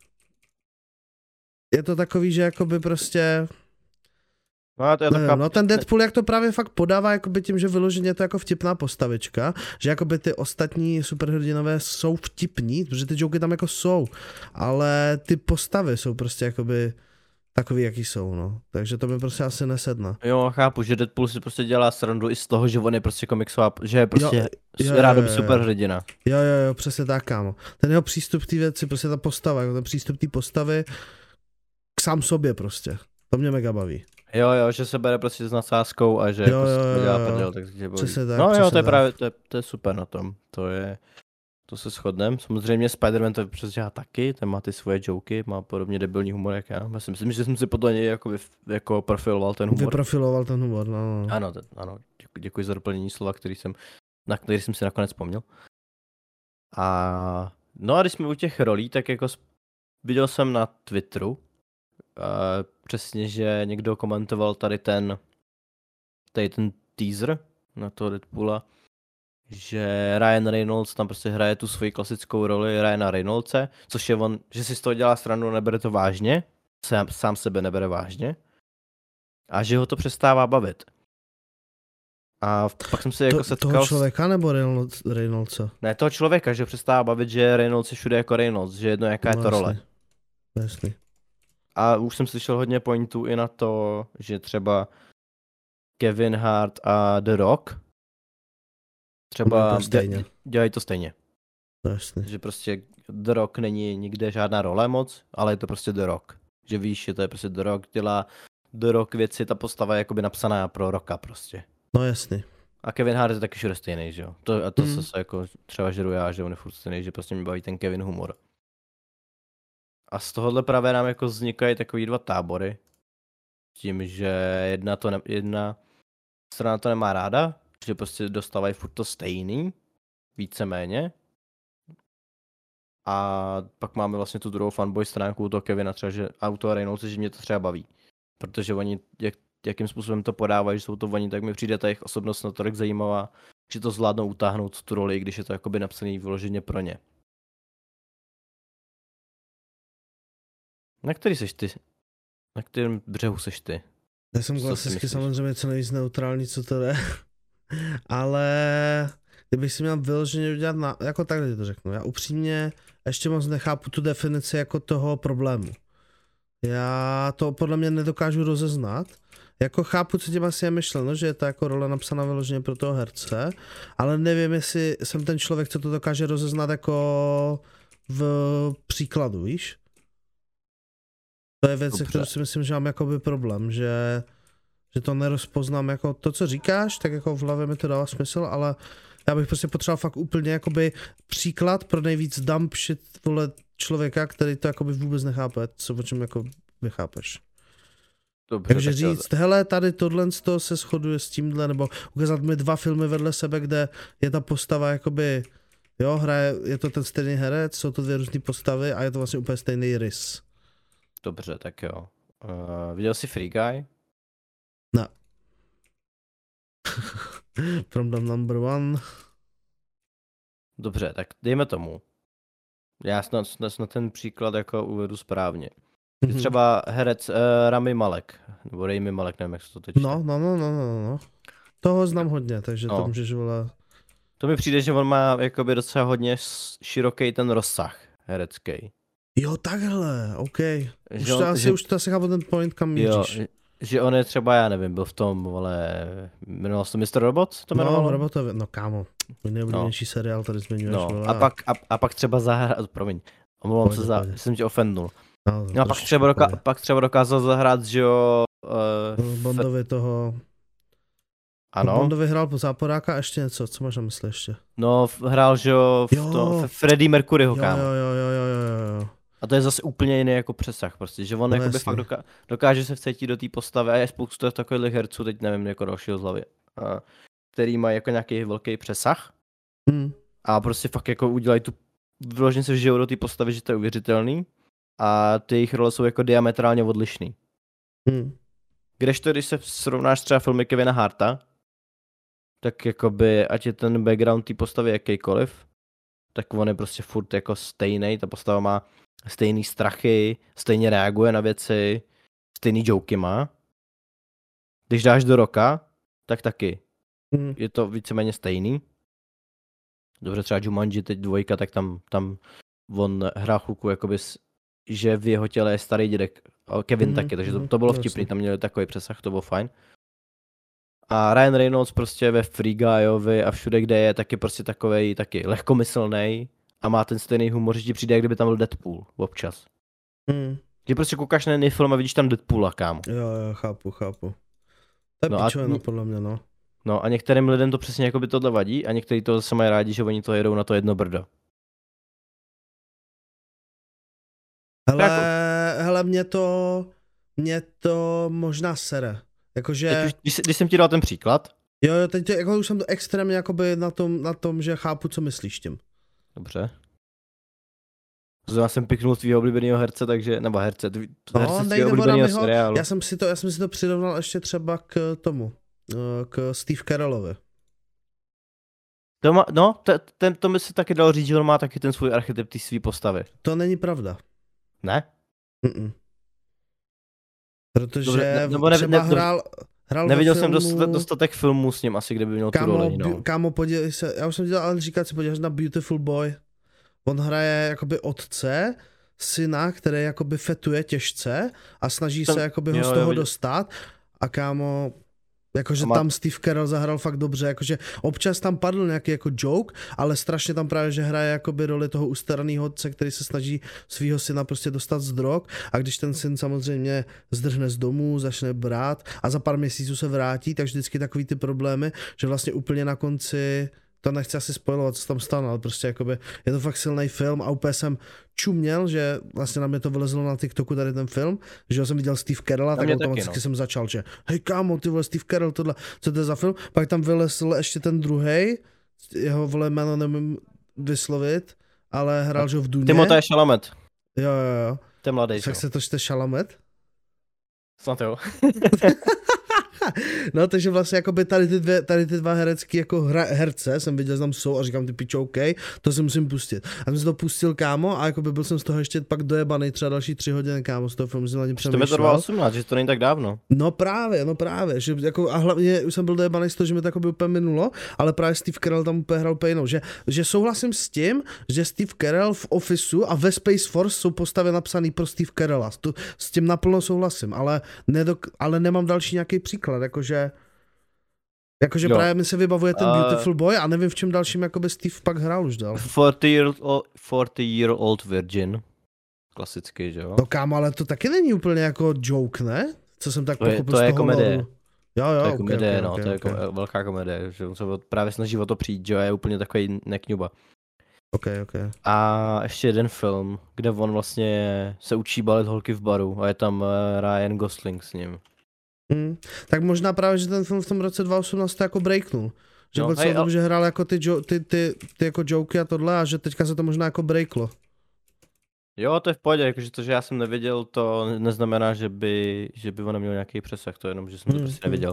je to takový, že jakoby prostě... No, to je ne, no ten Deadpool, jak to právě fakt podává, jakoby tím, že vyloženě je to jako vtipná postavička, že jakoby ty ostatní superhrdinové jsou vtipní, protože ty joky tam jako jsou, ale ty postavy jsou prostě jakoby takový, jaký jsou, no. Takže to mi prostě asi nesedne. Jo, chápu, že Deadpool si prostě dělá srandu i z toho, že on je prostě komiksová, že je prostě jo, jo, rádoby superhrdina. Jo, jo, jo, přesně tak, kámo. Ten jeho přístup k té věci, prostě ta postava, jako ten přístup té postavy k sám sobě prostě. To mě mega baví. Jo, jo, že se bere prostě s nadsázkou a že jo, prostě jo, dělá prdel, tak se přesně tak, no jo, to je tak. právě, to je, to je super na tom, to je, to se shodnem. Samozřejmě Spider-Man to přes dělá taky, ten má ty svoje joky, má podobně debilní humor jak já. Já si myslím, že jsem si podle něj jako, jako profiloval ten humor. Vyprofiloval ten humor, no. Ano, ten, ano, děkuji, děkuji za doplnění slova, který jsem, na který jsem si nakonec vzpomněl. A no a když jsme u těch rolí, tak jako viděl jsem na Twitteru, Uh, přesně, že někdo komentoval tady ten tady ten teaser na toho Deadpoola, že Ryan Reynolds tam prostě hraje tu svoji klasickou roli Ryana Reynoldse, což je on, že si z toho dělá stranu, nebere to vážně, sám, sám sebe nebere vážně a že ho to přestává bavit. A pak jsem si jako to, setkal... Toho člověka nebo Reynolds, Reynoldsa? Ne, toho člověka, že ho přestává bavit, že Reynolds je všude jako Reynolds, že jedno jaká no, je to jasný. role. Jasný. A už jsem slyšel hodně pointů i na to, že třeba Kevin Hart a The Rock třeba stejně. dělají to stejně. Jasný. Že prostě The Rock není nikde žádná role moc, ale je to prostě The Rock. Že víš, že to je prostě The Rock, dělá do Rock věci, ta postava je jakoby napsaná pro Rocka prostě. No jasný. A Kevin Hart je taky všude stejný, že jo. To, a to Mm. se jako třeba žeru já, že on je furt stejný, že prostě mi baví ten Kevin humor. A z tohohle právě nám jako vznikají takový dva tábory. Tím, že jedna, to ne, jedna strana to nemá ráda, že prostě dostávají furt to stejný, víceméně. A pak máme vlastně tu druhou fanboy stránku toho Kevina, třeba, že auto Reynolds, že mě to třeba baví. Protože oni, jak, jakým způsobem to podávají, že jsou to oni, tak mi přijde ta jejich osobnost natolik zajímavá, že to zvládnou utáhnout tu roli, když je to jakoby napsaný vyloženě pro ně. Na který seš ty? Na kterém břehu seš ty? Já jsem Co si klasicky myslíš? samozřejmě co nejvíc neutrální, co to jde. Ale kdybych si měl vyloženě udělat, na, jako takhle to řeknu, já upřímně ještě moc nechápu tu definici jako toho problému. Já to podle mě nedokážu rozeznat. Jako chápu, co tím asi je myšleno, že je to jako role napsaná vyloženě pro toho herce, ale nevím, jestli jsem ten člověk, co to dokáže rozeznat jako v příkladu, víš? To je věc, se kterou si myslím, že mám jakoby problém, že, že to nerozpoznám jako to, co říkáš, tak jako v hlavě mi to dává smysl, ale já bych prostě potřeboval fakt úplně jakoby příklad pro nejvíc dumb shit, vole, člověka, který to jakoby vůbec nechápe, co o čem jako vychápeš. Dobře, Takže tak říct, hele, tady tohle se shoduje s tímhle, nebo ukázat mi dva filmy vedle sebe, kde je ta postava jakoby, jo, hraje, je to ten stejný herec, jsou to dvě různé postavy a je to vlastně úplně stejný rys. Dobře, tak jo. Uh, viděl jsi Free Guy? Ne. Problem number one. Dobře, tak dejme tomu. Já snad, snad, snad ten příklad jako uvedu správně. Mhm. Třeba herec uh, Rami Malek, nebo Rami Malek, nevím, jak se to teď No, no, no, no, no, no. Toho znám hodně, takže No. to můžeš volat. To mi přijde, že on má jakoby docela hodně široký ten rozsah herecký. Jo, takhle, OK. Už Že to on- asi, že- už to asi chápu ten point, kam Jo, míříš. že on je třeba, já nevím, byl v tom, vole, jmenoval se to mister Robot, to No, jmenovalo? robotově, no kámo, můj nejoblíbenější seriál, tady zmiňuješ, No, vole. a pak, a, a pak třeba zahrát, promiň, omlouvám se Pohodě, za, pohodě. jsem tě ofendnul. No, No a pak třeba, doka- pak třeba dokázal zahrát, že jo, uh, Bondovi toho, ano, Bondovi hrál po záporáka a ještě něco, co máš na mysli ještě? no f- hrál, že jo, v Jo. to, v Freddie Mercuryho, Jo, kámo. jo, jo, jo, jo, jo, jo. A to je zase úplně jiný jako přesah, prostě, že on No jakoby jasně. fakt doká- dokáže se vcítit do té postavy a je spoustu takových herců, teď nevím, jako dalšího z hlavy, a, který mají jako nějaký velký přesah Hm. a prostě fakt jako udělají tu, vyloženě se vžijou do té postavy, že to je uvěřitelný a ty jejich role jsou jako diametrálně odlišný. Hm. Kdežto, když se srovnáš třeba filmy Kevina Harta, tak jakoby, ať je ten background té postavy jakýkoliv, tak on je prostě furt jako stejný, ta postava má stejný strachy, stejně reaguje na věci, stejný joky má. Když dáš do Rocka, tak taky. Hm. Je to víceméně stejný. Dobře, třeba Jumanji teď dvojka, tak tam, tam on hrál chvilku, jakoby, s- že v jeho těle je starý dědek. A Kevin Mhm, taky, takže to, mhm, to bylo jasně. vtipný, tam měli takový přesah, to bylo fajn. A Ryan Reynolds prostě ve Free Guyovi a všude, kde je, taky prostě takovej, taky lehkomyslnej a má ten stejný humor, že ti přijde, jak kdyby tam byl Deadpool občas. Hm. Že prostě koukáš na jiný film a vidíš tam Deadpoola, kámo. Jo, jo, chápu, chápu. To je No no a pičovina, ní- podle mě, no. No a některým lidem to přesně jako by tohle vadí a někteří to zase mají rádi, že oni to jedou na to jedno brdo. Hele, Jako- hele, mě to, mě to možná sere. Jakože, Teď už, když, když jsem ti dal ten příklad, jo, jo, teď to, jako už jsem to extrémně jakoby na tom, na tom, že chápu, co myslíš tím. dobře. Já jsem piknul tvýho oblíbeného herce, takže, nebo herce, tvý, No, herce z nejde tvýho o oblíbeného Ramiho. seriálu. Já jsem si to, já jsem si to přirovnal ještě třeba k tomu, eh, k Steve Carellovi. To má, no, to, ten, to by se taky dalo říct, že on má taky ten svůj archetyp té své postavy. To není pravda. Ne? Mm-mm. Protože Dobře, ne- nebo ne- třeba ne- hrál, hrál ve Neviděl jsem filmu, dost, dostatek filmů s ním asi, kde by měl tu kámo, roli, no. bu- kámo, podívej se, já už jsem dělal, ale říkat si, podíváš na Beautiful Boy. On hraje jakoby otce, syna, který jakoby fetuje těžce a snaží Ten- se jakoby ho jo, z jo, toho viděl- dostat. A kámo, Jakože má... tam Steve Carell zahrál fakt dobře, jakože občas tam padl nějaký jako joke, ale strašně tam právě, že hraje jakoby roli toho ustaraného otce, který se snaží svého syna prostě dostat z drog a když ten syn samozřejmě zdrhne z domu, začne brát a za pár měsíců se vrátí, tak vždycky takový ty problémy, že vlastně úplně na konci, to nechci asi spoilovat, co tam stane, ale prostě jakoby je to fakt silný film a úplně jsem čuměl, že vlastně na mě to vylezlo na TikToku tady ten film, že jsem viděl Steve Carella, tak automaticky no. jsem začal, že hej kámo, ty vole Steve Carell, tohle, co to je za film, pak tam vylezl ještě ten druhej, jeho vole jméno nemůžu vyslovit, ale hrál, že v Duně. Timothée Chalamet. Jo, jo, jo. Ten mladý, tak se to čte Chalamet? Snad jo. No, takže vlastně jakoby tady ty, dvě, tady ty dva herecký jako hra, herce jsem viděl, že tam jsou a říkám ty pičo, OK, to si musím pustit. A jsem si to pustil, kámo, a jakoby byl jsem z toho ještě pak dojebaný třeba další tři hodiny, kámo, z toho filmu jsem na ně přemýšlel. To je to dva tisíce osmnáct, že to není tak dávno. No právě, no právě, že jako a hlavně už jsem byl dojebaný z toho, že mi to jako by úplně minulo, ale právě Steve Carell tam úplně hrál úplně jinou, že, že souhlasím s tím, že Steve Carell v Officeu a ve Space Force jsou postavy napsaný pro Steve Carella, s, tu, s tím naplno souhlasím, ale, nedok, ale nemám další nějaký příklad, jakože Jakože právě mi se vybavuje ten uh, Beautiful Boy a nevím v čem dalším jakoby Steve pak hrál už dál. forty year old virgin. Klasický, že jo? No kámo, ale to taky není úplně jako joke, ne? Co jsem tak pochopil z toho To je komedie. Jo, jo, to je okay, komedie, okay, no, okay, to je okay. Kom- velká komedie, že on se právě snaží o to přijít, že jo, je úplně takový nekňuba. Ok, ok. A ještě jeden film, kde on vlastně se učí balit holky v baru a je tam Ryan Gosling s ním. Hmm. Tak možná právě, že ten film v tom roce dva tisíce osmnáct jako breaknul. Že no, byl celou dobu, ale... že hrál jako ty, jo, ty, ty, ty jako joky a tohle a že teďka se to možná jako breaklo. Jo, to je v pohodě, jakože to, že já jsem neviděl, to neznamená, že by, že by on neměl nějaký přesah, to je jenom, že jsem to hmm, prostě neviděl.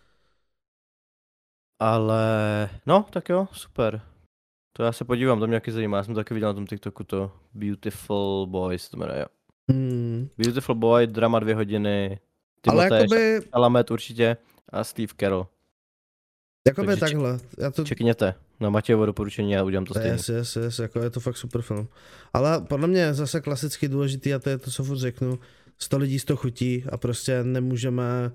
Ale, no, tak jo, super. To já se podívám, to mě nějaký zajímá, já jsem to taky viděl na tom TikToku, to Beautiful Boys, to jmenuje, jo. Hmm. Beautiful Boy, drama dvě hodiny, ale Timothée jakoby... Chalamet určitě a Steve Carell. Jakoby Takže takhle. Já to... Čekněte na Matějovo doporučení, já udělám to stejně. Yes, yes, yes, jako je to fakt super film. Ale podle mě je zase klasicky důležitý a to je to, co furt řeknu, sto lidí sto chutí a prostě nemůžeme...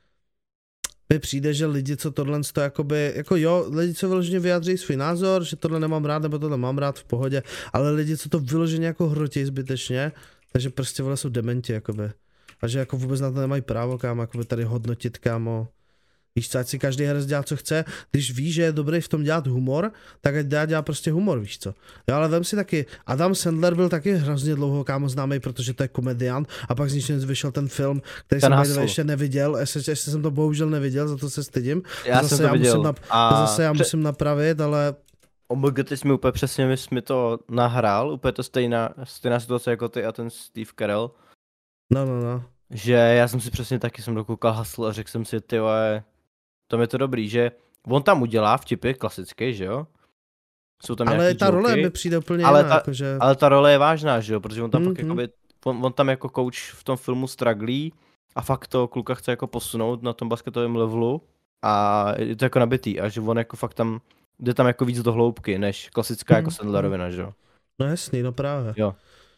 Mi přijde, že lidi, co tohle to jakoby, jako jo, lidi, co vyloženě vyjádří svůj názor, že tohle nemám rád, nebo tohle mám rád v pohodě, ale lidi, co to vyloženě jako hrotí zbytečně, takže prostě vole jsou dementi, jakoby. A že jako vůbec na to nemají právo, kámo, jakoby tady hodnotit, kámo. Víš co, ať si každý herec dělá, co chce, když ví, že je dobrý v tom dělat humor, tak ať dělá, dělá prostě humor, víš co. Jo, ale vem si taky, Adam Sandler byl taky hrozně dlouho, kámo, známý, protože to je komediant a pak z ničeho vyšel ten film, který ten jsem ještě neviděl, ještě, ještě jsem to bohužel neviděl, za to se stydím. Já zase jsem to já viděl. Musím nap- a... Zase já musím napravit, ale... Omg, ty jsi mi úplně přesně mi, mi to nahrál, úplně to stejná, stejná situace jako ty a ten Steve Carell. No, no, no. Že já jsem si přesně taky jsem dokoukal Hustle a řekl jsem si, ty vole, to je to dobrý, že on tam udělá vtipy klasicky, že jo? Jsou tam ale ta joky, role mi přijde úplně ale jiná, ta, jakože... ale ta role je vážná, že jo? Protože on tam mm-hmm. fakt jakoby, on, on tam jako coach v tom filmu strugglí a fakt to kluka chce jako posunout na tom basketovém levelu a je to jako nabitý a že on jako fakt tam, jde tam jako víc do hloubky, než klasická mm-hmm. jako Sandlerovina, že jo? No jasný, no právě. Jo.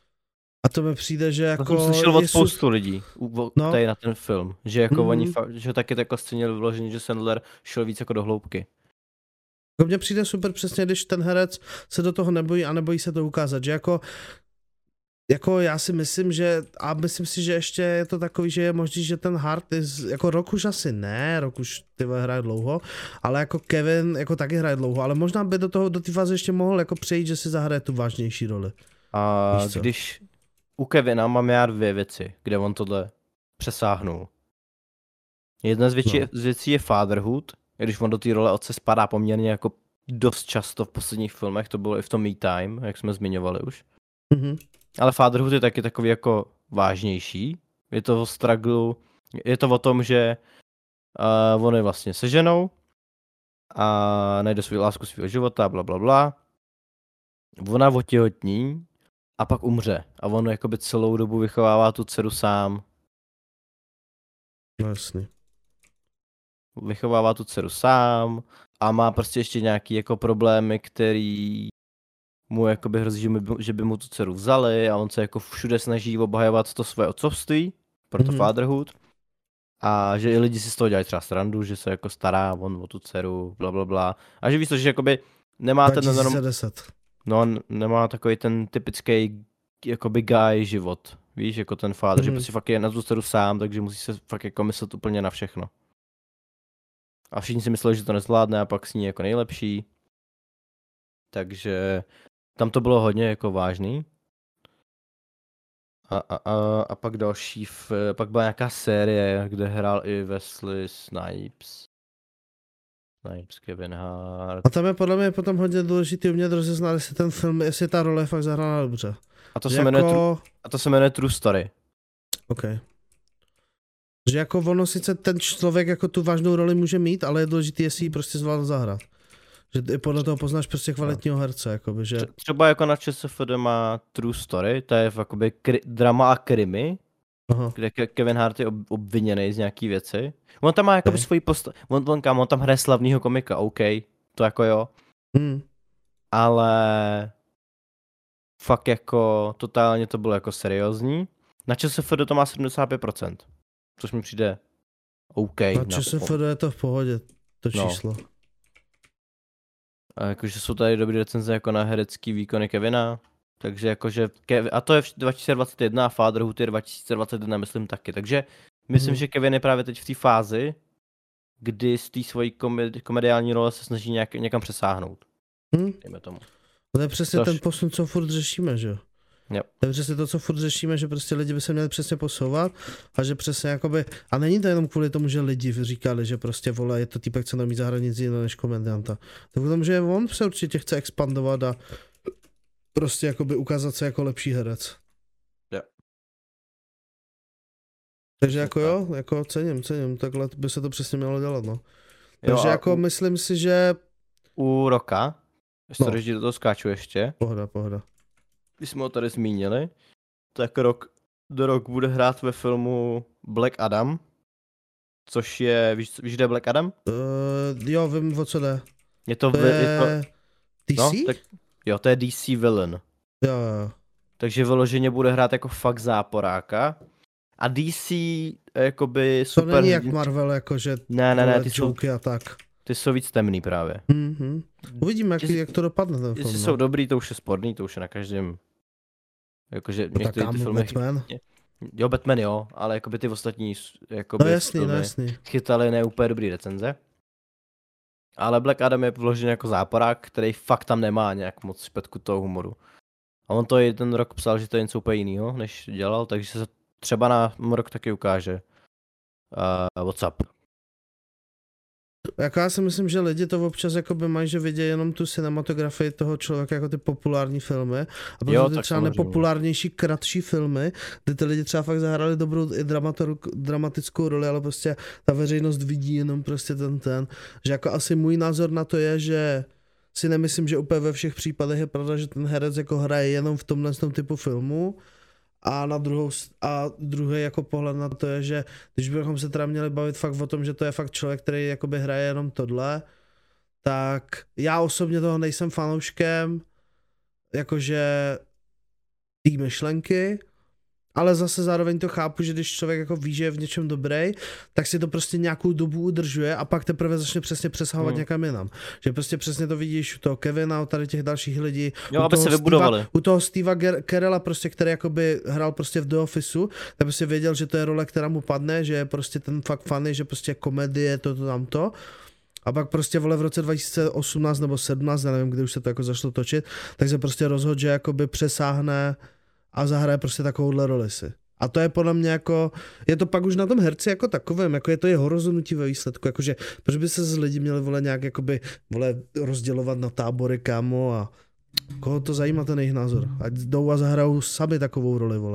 A to mi přijde, že jako... To jsem slyšel od Jezus... spoustu lidí, u, no. tady na ten film, že jako mm-hmm. oni fakt, že taky jako scénil vyložený, že Sandler šel víc jako do hloubky. To mně přijde super přesně, když ten herec se do toho nebojí a nebojí se to ukázat, že jako jako já si myslím, že a myslím si, že ještě je to takový, že je možný, že ten Hart je, jako rok už asi ne, rok už ty hraje dlouho, ale jako Kevin jako taky hraje dlouho, ale možná by do toho, do té fáze ještě mohl jako přejít, že si zahraje tu vážnější roli. A když u Kevina mám já dvě věci, kde on tohle přesáhnul. Jedna z, větší, no. z věcí je Fatherhood, když on do té role otce spadá poměrně jako dost často v posledních filmech, to bylo i v tom Me Time, jak jsme zmiňovali už. Mm-hmm. Ale Fatherhood je taky takový jako vážnější. Je to o struggle, je to o tom, že uh, on je vlastně se ženou a najde svou lásku svého života, bla bla bla. Ona otěhotní a pak umře. A on jakoby celou dobu vychovává tu dceru sám. No jasně. Vychovává tu dceru sám a má prostě ještě nějaký jako problémy, který mu jakoby hrozí, že, by, že by mu tu dceru vzali a on se jako všude snaží obhajovat to své otcovství, proto mm-hmm. Fatherhood. A že i lidi si z toho dělají třeba srandu, že se jako stará on o tu dceru, bla, bla, bla. A že víš to, že jakoby nemá ten dva norm... tisíce deset. No, nemá takový ten typický jakoby guy život. Víš, jako ten father, mm. že Mhm. prostě fakt je na tu dceru sám, takže musí se fakt jako myslet úplně na všechno. A všichni si mysleli, že to nezvládne a pak s ní jako nejlepší. Takže tam to bylo hodně jako vážný. A, a, a, a pak další, v, pak byla nějaká série, kde hrál i Wesley Snipes. Snipes, Kevin Hart. A tam je podle mě potom hodně důležitý umět rozeznat, jestli ten film, jestli ta role je fakt zahrána dobře. A to, Že se jmenuje jako... True, a to se jmenuje True Story. OK. Že jako ono sice ten člověk jako tu vážnou roli může mít, ale je důležitý, jestli ji prostě zvládl zahrát. Že i podle toho poznáš prostě kvalitního herce, jakoby, že... Třeba jako na ČSFD má True Story, to je jakoby kri- drama a krimi, Aha. kde Ke- Kevin Hart je ob- obviněný z nějaký věci. On tam má jakoby Okay. svoji postavu, on, on, kam, on tam hraje slavnýho komika, OK, to jako jo, Hmm. ale fakt jako totálně to bylo jako seriózní. Na ČSFD to má sedmdesát pět procent, což mi přijde OK. Na ČSFD je to v pohodě, to No. číslo. A jakože jsou tady dobrý recenze jako na herecký výkony Kevina, takže jakože, Kev... a to je v dva tisíce dvacet jedna a Fatherhood je dva tisíce dvacet jedna, myslím taky, takže myslím, Mhm. že Kevin je právě teď v té fázi, kdy z té svojí komedi- komediální role se snaží nějak, někam přesáhnout, Hm? dejme tomu. To je přesně Což- ten posun, co furt řešíme, že jo? Jo. To je přesně to, co furt řešíme, že prostě lidi by se měli přesně posouvat a že přesně jakoby, a není to jenom kvůli tomu, že lidi říkali, že prostě vole, je to týpek, co nemí zahrát nic jiného než komedianta. To kvůli tomu, že on se určitě chce expandovat a prostě jakoby ukázat se jako lepší herec. Jo. Takže jako jo, jako cením, cením, takhle by se to přesně mělo dělat, no. Jo, Takže a jako u, myslím si, že u Rocka, ještě No. no. do toho skáču ještě, pohoda, pohoda. když jsme ho tady zmínili, tak Rock, The Rock bude hrát ve filmu Black Adam, což je, víš, víš kde je Black Adam? Uh, jo, vím, o co jde. Je to, To v, je to je D C? no, tak, jo, to je D C villain. Jo, jo. Takže vyloženě bude hrát jako fakt záporáka. A D C jakoby To super... není jak Marvel, jakože Ne, ne, ne, vole, ty jsou, joky a tak. ty jsou víc temný právě. Mm-hmm. Uvidíme, jak, Jestli- jak to dopadne ten Jestli film. jsou No. dobrý, to už je sporný, to už je na každém. Jakože No tak některé ty kámo, filmy... Batman. Jo, Batman jo, ale jakoby ty ostatní jakoby No jasný, no filmy jasný. chytali ne úplně dobrý recenze. Ale Black Adam je vložený jako záporák, který fakt tam nemá nějak moc špetku toho humoru. A on to i ten rok psal, že to je něco úplně jinýho, než dělal, takže se třeba na rok taky ukáže. Uh, what's up? Jako já si myslím, že lidi to občas jakoby mají, že vidějí jenom tu cinematografii toho člověka, jako ty populární filmy. A potom Jo, ty tak třeba samozřejmě. nepopulárnější, kratší filmy, kde ty lidi třeba fakt zahrali dobrou i dramator, dramatickou roli, ale prostě ta veřejnost vidí jenom prostě ten ten. Že jako asi můj názor na to je, že si nemyslím, že úplně ve všech případech je pravda, že ten herec jako hraje jenom v tomhle tom typu filmu. A na druhou s- a druhý jako pohled na to je, že když bychom se teda měli bavit fakt o tom, že to je fakt člověk, který jakoby hraje jenom tohle, tak já osobně toho nejsem fanouškem, jakože té myšlenky, ale zase zároveň to chápu, že když člověk jako ví, že je v něčem dobrý, tak si to prostě nějakou dobu udržuje a pak teprve začne přesně přesahovat Hmm. někam jinam. Že prostě přesně to vidíš u toho Kevina, u tady těch dalších lidí, Jo, u aby toho se vybudovali. Steva, u toho Steva Ger- Carella prostě, který jakoby hrál prostě v The Officeu, tak prostě věděl, že to je role, která mu padne, že je prostě ten fakt funny, že prostě komedie, to, to, tamto. A pak prostě vole v roce dva tisíce osmnáct nebo sedmnáct, já nevím, kdy už se to jako zašlo točit, tak se prostě rozhodl, že jakoby přesáhne a zahraje prostě takovouhle roli si. A to je podle mě jako, je to pak už na tom herci jako takovém, jako je to jeho rozhodnutí ve výsledku, jakože, proč by se z lidi měli vole nějak jakoby, vole rozdělovat na tábory, kámo, a koho to zajímá ten jejich názor. Ať jdou a zahrajou sami takovou roli, vole.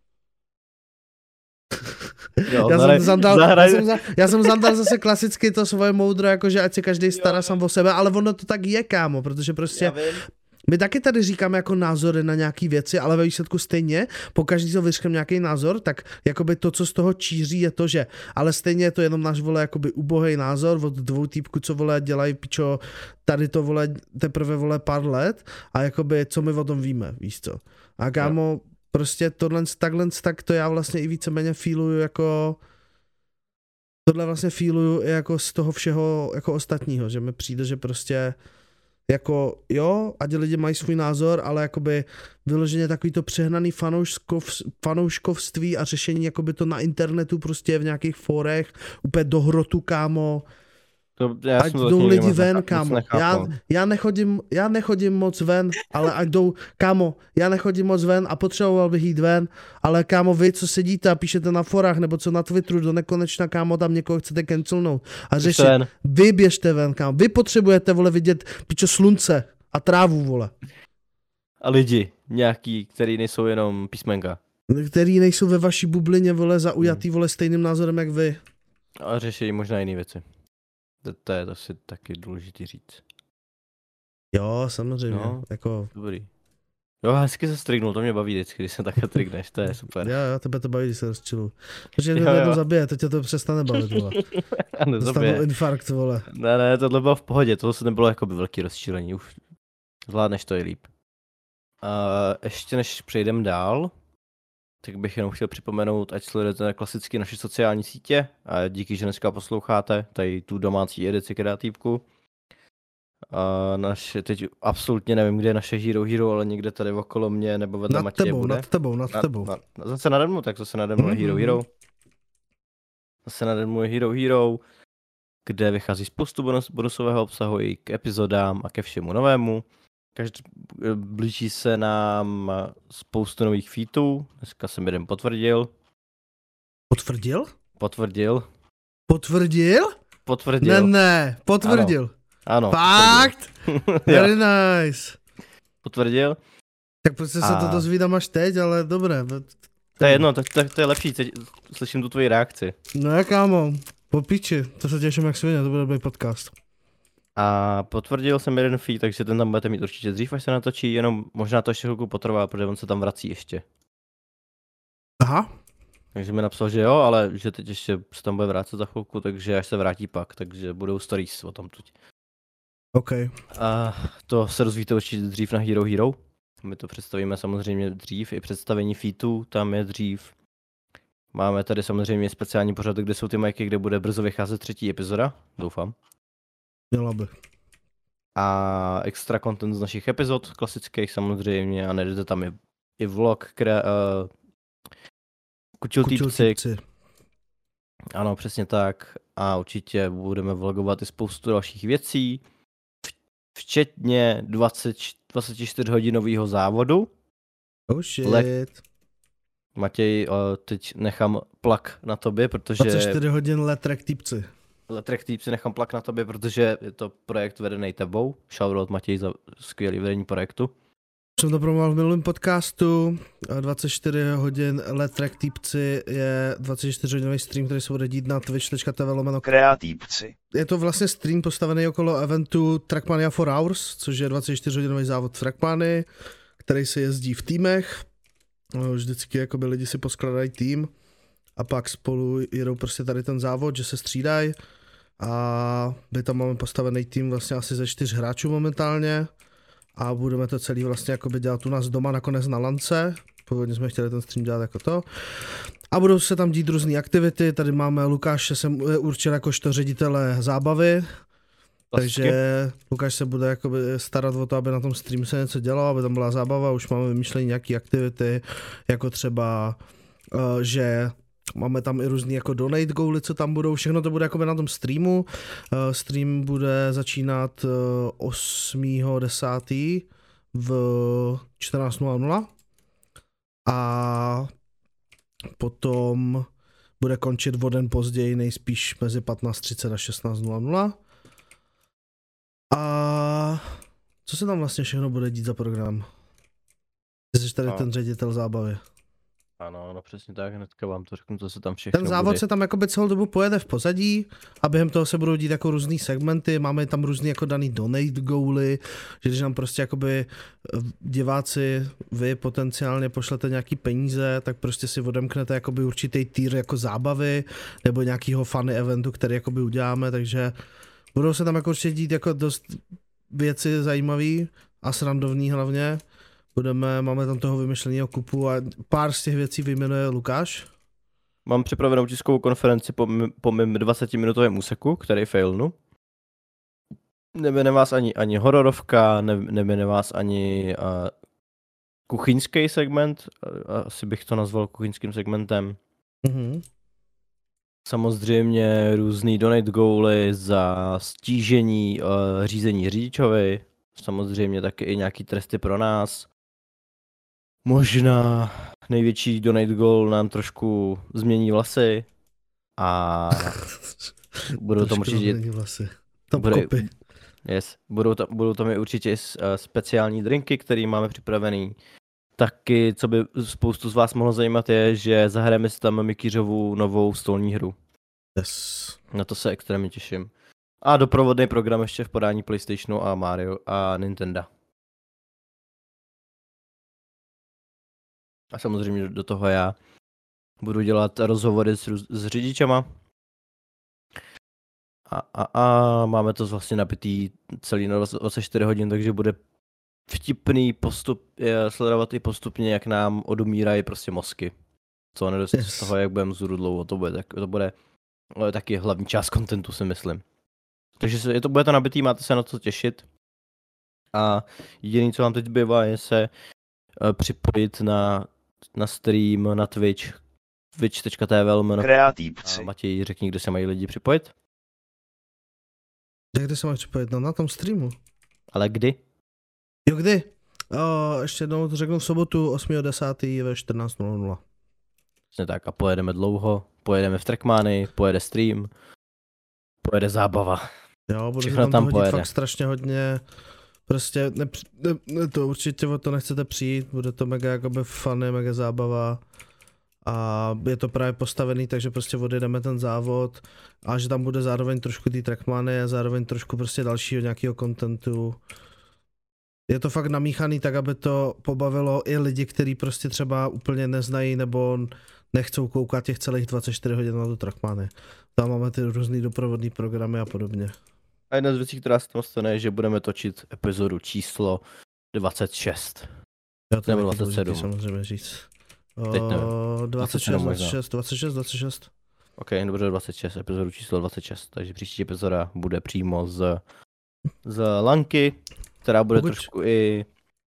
Jo, Já zahraj, jsem, zandal, zahraj, já, jsem za, já jsem zandal zase klasicky to svoje moudro, jakože ať se každý stará sám o sebe, ale ono to tak je, kámo, protože prostě já vím. my taky tady říkáme jako názory na nějaký věci, ale ve výsledku stejně, po každý to vyřkneme nějaký názor, tak jakoby to, co z toho číří, je to, že, ale stejně je to jenom náš, vole, jakoby ubohej názor od dvou týpků, co, vole, dělají, pičo, tady to, vole, teprve, vole, pár let a jakoby, co my o tom víme, víš co. A kámo, prostě tohle, takhle, tak to já vlastně i víceméně feeluju jako tohle vlastně feeluju i jako z toho všeho jako ostatního, že mi přijde, že prostě jako jo, ať lidi mají svůj názor, ale jakoby vyloženě takový to přehnaný fanouškov, fanouškovství a řešení jakoby to na internetu prostě v nějakých fórech, úplně do hrotu, kámo. To, já ať jdou lidi ven, kámo. Já, já, nechodím, já nechodím moc ven, ale ať jdou, kámo, já nechodím moc ven a potřeboval bych jít ven, ale kámo, vy, co sedíte a píšete na forách nebo co na Twitteru do nekonečna, kámo, tam někoho chcete cancelnout a řešit, vy běžte ven, kámo, vy potřebujete, vole, vidět, pičo, slunce a trávu, vole. A lidi, nějaký, který nejsou jenom písmenka. Který nejsou ve vaší bublině, vole, zaujatý, vole, stejným názorem, jak vy. A řeší možná jiné věci. To, to je asi taky důležitý říct. Jo, samozřejmě. No, jako... Dobrý. Jo, hezky se strignul, to mě baví vždycky, když se takhle trigneš, to je super. Jo, jo, tebe to baví, když se rozčilu. Protože mě to jednou zabije, to tě to přestane bavit, vole. Dostanu infarkt, vole. Ne, ne, tohle bylo v pohodě, tohle se nebylo jako by velký rozčilení, už zvládneš to i líp. A ještě než přejdeme dál, tak bych jenom chtěl připomenout, ať sledujete klasicky naše sociální sítě a díky, že dneska posloucháte tady tu domácí edici Kreatívku. A naše, teď absolutně nevím, kde je naše Hero Hero, ale někde tady okolo mě nebo vedle nad Matěje tebou, bude. Nad tebou, nad tebou, nad tebou. Zase nade mnou, tak zase nade mnou je Hero Hero. Zase nade mnou je Hero Hero, kde vychází spoustu bonus, bonusového obsahu i k epizodám a ke všemu novému. Každý, blíží se nám spoustu nových featů, dneska jsem jeden potvrdil. Potvrdil? Potvrdil. Potvrdil? Potvrdil. Ne, ne, potvrdil. Ano. Fakt? Very nice. Potvrdil. Tak prostě a... se to dozvídám až teď, ale dobré. To je jedno, to, to, to je lepší, teď slyším tu tvoji reakci. No kámo, po piči, to se těším jak svině, to bude dobrý podcast. A potvrdil jsem jeden feed, takže ten tam budete mít určitě dřív, až se natočí, jenom možná to ještě chvilku potrvá, protože on se tam vrací ještě. Aha. Takže mi napsal, že jo, ale že teď ještě se tam bude vrátit za chvilku, takže až se vrátí pak, takže budou stories o tom tuď. OK. A to se dozvíte určitě dřív na Hero Hero. My to představíme samozřejmě dřív, i představení featů tam je dřív. Máme tady samozřejmě speciální pořad, kde jsou ty majky, kde bude brzo vycházet třetí epizoda, doufám. Měla by. A extra content z našich epizod, klasických samozřejmě, a najdete tam i, i vlog, kre, uh, Kučil týpci. Ano, přesně tak. A určitě budeme vlogovat i spoustu dalších věcí, včetně dvacet, dvacet čtyři hodinového závodu. Oh shit. Le- Matěj, uh, teď nechám plak na tobě, protože... dvacet čtyři hodin letrek týpci. Letrek týpci nechám plak na tobě, protože je to projekt vedený tebou. Shoutout Matěj za skvělý vedení projektu. Jsem to promoval v minulém podcastu. dvacet čtyři hodin letrek týpci je dvacet čtyři hodinový stream, který se bude dít na twitch tečka tv lomeno Kreatívci. Je to vlastně stream postavený okolo eventu Trackmania four hours, což je dvacet čtyři hodinový závod Trackmany, který se jezdí v týmech. Vždycky jakoby lidi si poskladají tým a pak spolu jedou prostě tady ten závod, že se střídají. A my tam máme postavený tým vlastně asi ze čtyř hráčů momentálně. A budeme to celý vlastně jakoby dělat u nás doma nakonec na lance. Původně jsme chtěli ten stream dělat jako to. A budou se tam dít různé aktivity. Tady máme Lukáše, jsem určil jakožto ředitele zábavy. Takže Lukáš se bude jakoby starat o to, aby na tom streamu se něco dělalo, aby tam byla zábava. Už máme vymýšlení nějaké aktivity, jako třeba, uh, že máme tam i různý jako donate goaly, co tam budou. Všechno to bude jakoby na tom streamu. Uh, stream bude začínat uh, osmého desátého v čtrnáct nula nula a potom bude končit o den později, nejspíš mezi patnáct třicet a šestnáct nula nula. A co se tam vlastně všechno bude dít za program? Ty jsi tady no. ten ředitel zábavy. Ano, no přesně tak, hnedka vám to řeknu, co se tam všechno Ten závod bude. se tam jakoby celou dobu pojede v pozadí a během toho se budou dít jako různý segmenty, máme tam různý jako daný donate goaly, že když nám prostě jakoby diváci, vy potenciálně pošlete nějaký peníze, tak prostě si odemknete jakoby určitý tier jako zábavy nebo nějakýho funny eventu, který jakoby uděláme, takže budou se tam jako určitě dít jako dost věci zajímavý a srandovný hlavně. Budeme, máme tam toho vymyšleného kupu a pár z těch věcí vyjmenuje Lukáš. mám připravenou tiskovou konferenci po, m- po mém dvacetiminutovém úseku, který failnu. Nebene vás ani, ani hororovka, ne, nebene vás ani uh, kuchyňský segment, uh, asi bych to nazval kuchyňským segmentem. Mhm. Samozřejmě různý donate goaly za stížení uh, řízení řidičovi, samozřejmě taky i nějaký tresty pro nás. Možná největší donate goal nám trošku změní vlasy a budou tam Trošku určitě... změní vlasy. Top bude, kopy. yes, budou, tam, budou tam i určitě uh, speciální drinky, které máme připravený. Taky, co by spoustu z vás mohlo zajímat, je, že zahrajeme si tam Mikýřovu novou stolní hru. Yes. Na to se extrémně těším. A doprovodný program ještě v podání PlayStationu a Mario a Nintendo. A samozřejmě do toho já budu dělat rozhovory s, s řidičama. A, a, a máme to vlastně napitý celý na dvacet čtyři hodin, takže bude vtipný postup, sledovat i postupně, jak nám odumírají prostě mozky. Co nedost yes. z toho, jak budeme zůru dlouho, to bude, tak, to bude ale taky hlavní část kontentu, si myslím. Takže se, je to, bude to nabitý, máte se na to těšit. A jediný, co vám teď zbývá, je se uh, připojit na, na stream, na Twitch, twitch tečka t v lomeno Kreatívci. Matěj, řekni, kde se mají lidi připojit. Kde se mají připojit? No na tom streamu. Ale kdy? Jo, kdy? O, ještě jednou to řeknu v sobotu osmého desátého ve čtrnáct nula nula. Přesně tak, a pojedeme dlouho, pojedeme v Trackmany, pojede stream, pojede zábava. Jo, bude se Všechno tam, tam hodit pojede. fakt strašně hodně. Prostě ne, ne, ne, to určitě o to nechcete přijít, bude to mega jakoby funny, mega zábava. A je to právě postavený, takže prostě odjedeme ten závod a že tam bude zároveň trošku ty trackmany a zároveň trošku prostě dalšího nějakého kontentu. Je to fakt namíchaný tak, aby to pobavilo i lidi, kteří prostě třeba úplně neznají nebo nechcou koukat těch celých dvacet čtyři hodin na tu trackmany. Tam máme ty různý doprovodný programy a podobně. A jedna z věcí, která se tam stane, je, že budeme točit epizodu číslo dvacet šest. Já to Nebo taky dvacet sedm. důležitý, samozřejmě říct. Teď nevím. O, dvacet šest, dvacet sedm dvacet šest, dvacet šest, dvacet šest. Ok, dobře, dvacet šest, epizodu číslo dvacet šest, takže příští epizoda bude přímo z, z Lanky, která bude Pokud... trošku i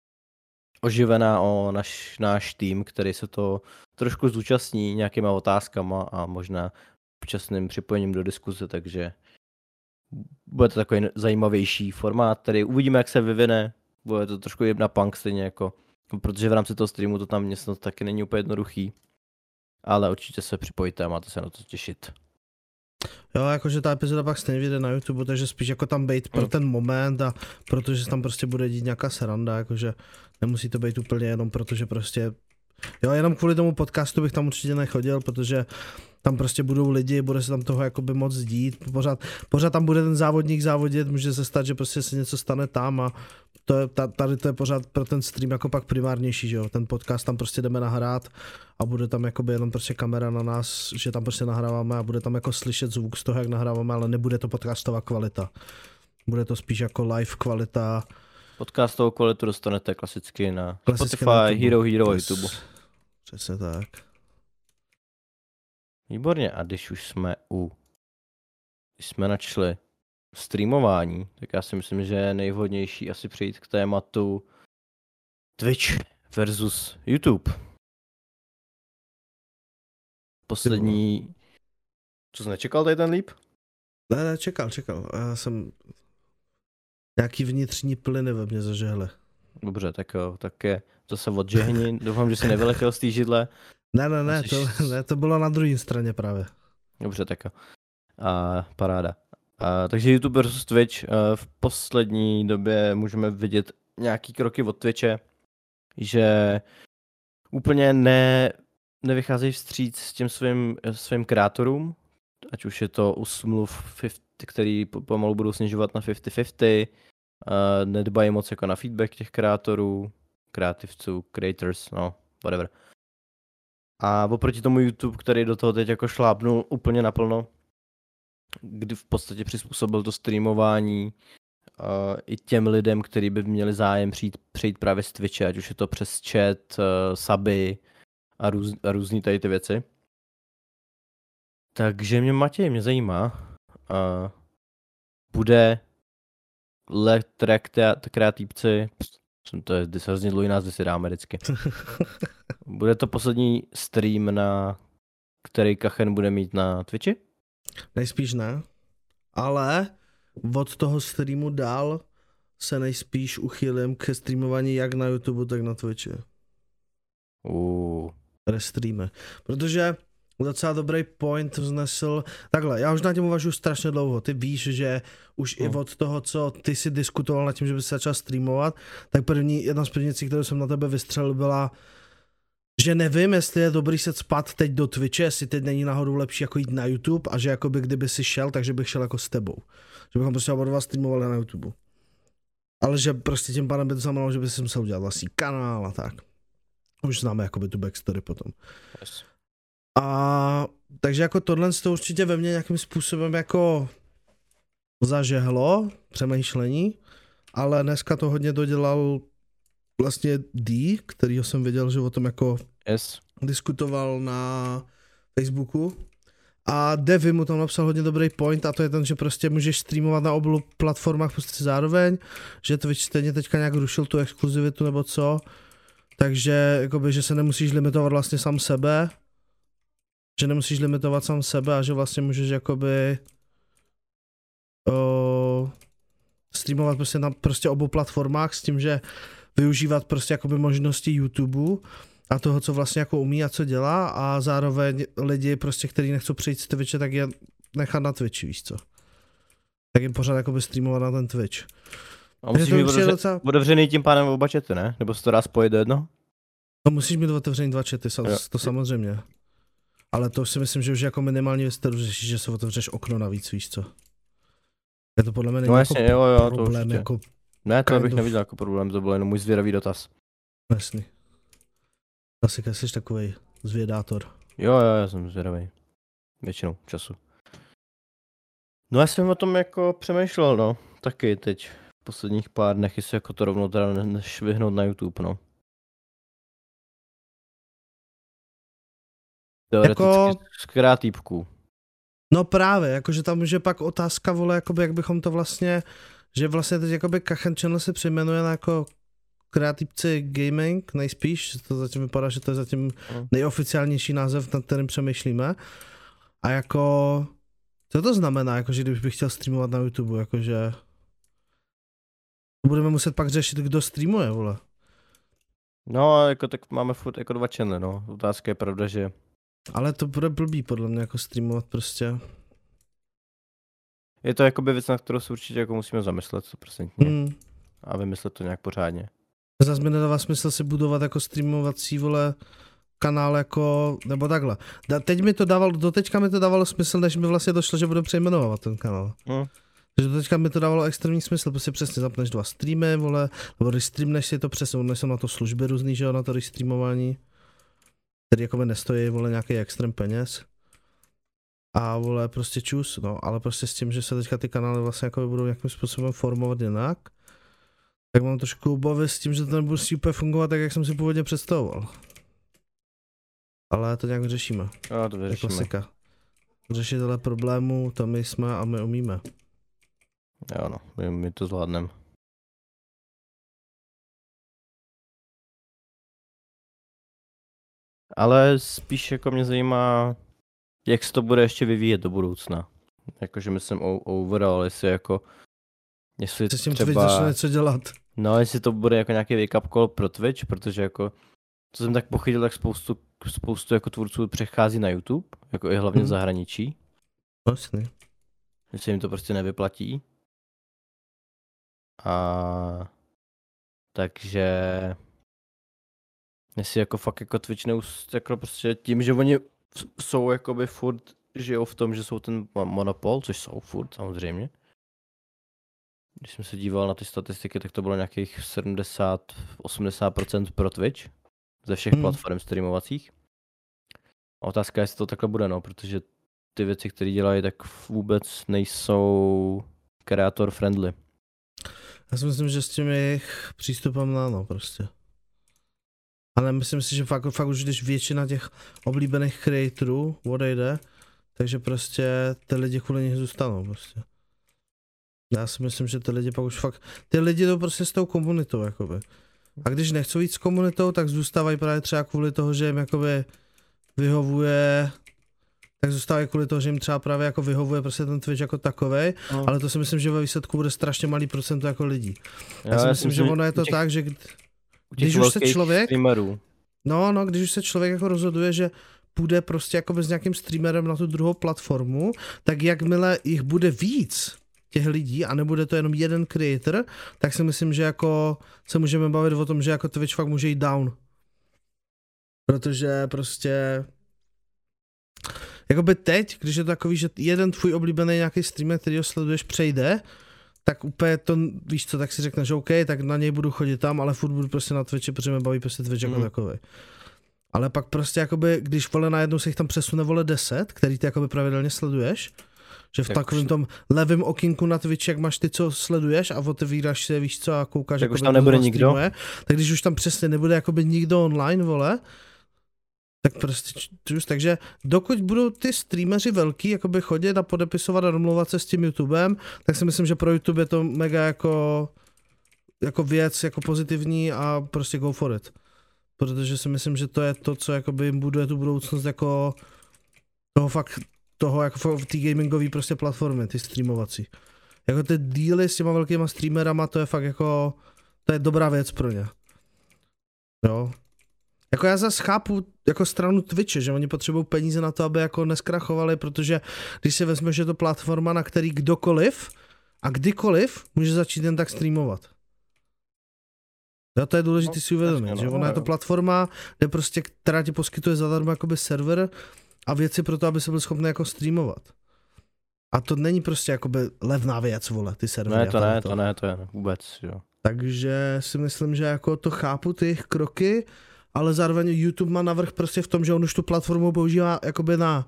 oživená o naš, náš tým, který se to trošku zúčastní nějakýma otázkama a možná včasným připojením do diskuze, takže bude to takový zajímavější formát, který uvidíme, jak se vyvine, bude to trošku jebna punk stejně jako, protože v rámci toho streamu to tam něco taky není úplně jednoduchý, ale určitě se připojte a máte se na to těšit. Jo, jakože ta epizoda pak stejně vyjde na YouTube, takže spíš jako tam být pro ten moment a protože tam prostě bude dít nějaká sranda, jakože nemusí to být úplně jenom protože prostě, jo, jenom kvůli tomu podcastu bych tam určitě nechodil, protože tam prostě budou lidi, bude se tam toho jakoby moc dít, pořád, pořád tam bude ten závodník závodit, může se stát, že prostě se něco stane tam a to je, tady to je pořád pro ten stream jako pak primárnější, že jo, ten podcast tam prostě jdeme nahrát a bude tam jakoby jenom prostě kamera na nás, že tam prostě nahráváme a bude tam jako slyšet zvuk z toho, jak nahráváme, ale nebude to podcastová kvalita. Bude to spíš jako live kvalita. Podcastovou kvalitu dostanete klasicky na Klasicky Spotify, na YouTube. Hero Hero, Yes. YouTube. Přesně tak. Výborně, a když už jsme u, když jsme načli streamování, tak já si myslím, že je nejvhodnější asi přejít k tématu Twitch versus YouTube. Poslední... Co jsi nečekal tady ten líp? Ne, ne, čekal, čekal. Já jsem... Nějaký vnitřní plyny ve mně zažehly. Dobře, tak jo, tak je, to se odžehni, doufám, že jsi nevyletěl z té židle. Ne, ne, ne, to, ne, to bylo na druhé straně právě. Dobře, tak jo. A paráda. A, takže YouTube versus Twitch. A v poslední době můžeme vidět nějaký kroky od Twitche, že úplně ne, nevycházejí vstříc s těm svým, svým kreatorům, ať už je to u smluv, který pomalu budou snižovat na padesát padesát, a nedbají moc jako na feedback těch kreatorů, kreativců, creators, no, whatever. A oproti tomu YouTube, který do toho teď jako šlápnul úplně naplno, kdy v podstatě přizpůsobil to streamování uh, i těm lidem, kteří by měli zájem přijít, přejít právě z Twitche, ať už je to přes chat, uh, suby a, růz, a různý tady ty věci. Takže mě Matěj, mě zajímá, uh, bude Let Track Kreativci, to je hrozně dlouhý název, si dáme vždycky. Bude to poslední stream, na který Kachen bude mít na Twitchi? Nejspíš ne, ale od toho streamu dál se nejspíš uchýlím ke streamování jak na YouTube, tak na Twitchi. Uh. Restreamy. Protože docela dobrý point vznesl. Takhle, já už na tím uvažuji strašně dlouho. Ty víš, že už no. i od toho, co ty si diskutoval nad tím, že by se začal streamovat, tak první, jedna z prvních věcí, kterou jsem na tebe vystřelil, byla, že nevím, jestli je dobrý se cpat teď do Twitche, jestli teď není náhodou lepší jako jít na YouTube a že jakoby kdyby si šel, takže bych šel jako s tebou. Že bychom prostě oba dva streamovali na YouTube. Ale že prostě tím pádem by to znamenalo, že by si musel udělat vlastní kanál a tak. Už známe jakoby tu backstory potom. Yes. A takže jako tohle to určitě ve mně nějakým způsobem jako zažehlo přemýšlení, ale dneska to hodně dodělal vlastně D, kterýho jsem viděl, že o tom jako yes. diskutoval na Facebooku. A Devi mu tam napsal hodně dobrý point a to je ten, že prostě můžeš streamovat na obou platformách prostě zároveň, že Twitch stejně teďka nějak rušil tu exkluzivitu nebo co, takže jakoby, že se nemusíš limitovat vlastně sám sebe, že nemusíš limitovat sám sebe a že vlastně můžeš jakoby o, streamovat prostě na prostě obou platformách s tím, že využívat prostě jakoby možnosti YouTube a toho, co vlastně jako umí a co dělá a zároveň lidi prostě, kteří nechcou přejít z Twitche, tak je nechat na Twitchi, víš co. Tak jim pořád jakoby streamovat na ten Twitch. A musíš mít otevře- docela... otevřený tím pádem oba chaty, ne? Nebo se to dá spojit do jednoho? No musíš mít otevřený dva chaty, to samozřejmě. Ale to si myslím, že už jako minimální věc, kterou řešíš, že se otevřeš okno navíc, víš co. Je to podle mě není no jako jasně, jo, jo, problém, to jako... Ne, to bych neviděl jako problém, to byl jenom můj zvědavý dotaz. Jasný. Asi jsi takovej zvědátor. Jo, jo, já jsem zvědavý. Většinou času. No já jsem o tom jako přemýšlel, no. Taky teď v posledních pár dnech, jestli jako to rovnou teda než vyhnout na YouTube, no. Teoreticky jako... z kreatívku. No právě, jakože tam už je pak otázka, vole, jakoby jak bychom to vlastně, že vlastně teď jakoby Kachen Channel se přejmenuje na jako Kreativci Gaming, nejspíš, to zatím vypadá, že to je zatím nejoficiálnější název, nad kterým přemýšlíme. A jako, co to znamená, jakože když bych chtěl streamovat na YouTube, jakože budeme muset pak řešit, kdo streamuje, vole. No, jako tak máme furt jako dva channely, no. Otázka je pravda, že... Ale to bude blbý podle mě, jako streamovat prostě. Je to jakoby věc, na kterou se určitě jako musíme zamyslet, sto procent. Hmm. A vymyslet to nějak pořádně. Zase mi nedává smysl si budovat jako streamovací, vole, kanál jako, nebo takhle. Da, teď mi to dávalo, doteďka mi to dávalo smysl, než mi vlastně došlo, že budu přejmenovat ten kanál. Hmm. Takže doteďka mi to dávalo extrémní smysl, protože přesně zapneš dva streamy, vole, nebo když streamneš si to přesně, nejsou na to služby různý, že jo, na to streamování, který jako mi nestojí, vole, nějaký extrém peněz. A vole, prostě čus, no, ale prostě s tím, že se teďka ty kanály vlastně jako budou nějakým způsobem formovat jinak, tak mám trošku obavy s tím, že to nebude si úplně fungovat tak, jak jsem si původně představoval. Ale to nějak řešíme. Jo, to vyřešíme. Klasika. Řešit tohle problému, to my jsme a my umíme. Jo no, my, my to zvládneme. Ale spíš jako mě zajímá, jak se to bude ještě vyvíjet do budoucna. Jakože myslím overall, jestli jako... Jestli se s tím třeba... Twitch začne něco dělat. No, jestli to bude jako nějaký wake-up call pro Twitch, protože jako... Co jsem tak pochytil, tak spoustu, spoustu jako tvůrců přechází na YouTube, jako i hlavně hmm. v zahraničí. Vlastně. Jestli jim to prostě nevyplatí. A... Takže... Jestli jako fakt jako Twitch neust, jako prostě tím, že oni jsou jakoby furt, žijou v tom, že jsou ten monopol, což jsou furt samozřejmě. Když jsem se díval na ty statistiky, tak to bylo nějakých sedmdesát až osmdesát procent pro Twitch ze všech hmm. platform streamovacích. A otázka je, jestli to takhle bude, no, protože ty věci, které dělají, tak vůbec nejsou creator friendly. Já si myslím, že s tím jejich přístupem na no prostě. Ale myslím si, že fakt, fakt už když většina těch oblíbených creatorů odejde, Takže prostě ty lidi kvůli nich zůstanou prostě. Já si myslím, že ty lidi pak už fakt, ty lidi to prostě s tou komunitou jakoby. A když nechcou jít s komunitou, tak zůstávají právě třeba kvůli toho, že jim jakoby vyhovuje, tak zůstávají kvůli toho, že jim třeba právě jako vyhovuje prostě ten Twitch jako takovej, no. Ale to si myslím, že ve výsledku bude strašně malý procento jako lidí. Já, já si myslím, že ono je to těch, tak, že když už se člověk, streamerů. no no, když už se člověk jako rozhoduje, že půjde prostě jako s nějakým streamerem na tu druhou platformu, tak jakmile jich bude víc těch lidí a nebude to jenom jeden creator, tak si myslím, že jako se můžeme bavit o tom, že jako Twitch fakt může jít down. Protože prostě jakoby teď, když je to takový, že jeden tvůj oblíbený nějaký streamer, který ho sleduješ, přejde, tak úplně to, víš co, tak si řekneš, že OK, tak na něj budu chodit tam, ale furt budu prostě na Twitchi, protože mě baví prostě Twitch jako mm. takový. Ale pak prostě jakoby, když vole najednou se jich tam přesune vole deset, který ty jakoby pravidelně sleduješ, že v tak takovém už... tom levém okýnku na Twitchi, jak máš ty, co sleduješ a otevíráš si, víš co, a koukáš, tak už tam nebude nikdo. Streamuje, tak když už tam přesně nebude jakoby nikdo online, vole, tak prostě, takže dokud budou ty streameři velký, jakoby chodit a podepisovat a domlouvat se s tím YouTubem, tak si myslím, že pro YouTube je to mega jako, jako věc, jako pozitivní a prostě go for it. Protože si myslím, že to je to, co jakoby jim buduje tu budoucnost jako toho fakt, toho jako v té gamingové prostě platformy, ty streamovací. Jako ty dealy s těma velkýma streamerama, to je fakt jako, to je dobrá věc pro ně. Jo. Jako já zase chápu jako stranu Twitche, že oni potřebují peníze na to, aby jako neskrachovali, protože když si vezmeš, že je to platforma, na který kdokoliv a kdykoliv může začít jen tak streamovat. Jo, to je důležité no, si uvědomit, no, že ona no, je to platforma, kde prostě, která ti poskytuje zadarmo jakoby server a věci pro to, aby se byl schopný jako streamovat. A to není prostě jakoby levná věc, vole, ty servery. Ne, to ne, to. to ne, to je vůbec, jo. Takže si myslím, že jako to chápu, ty jejich kroky, ale zároveň YouTube má navrch prostě v tom, že on už tu platformu používá jakoby na,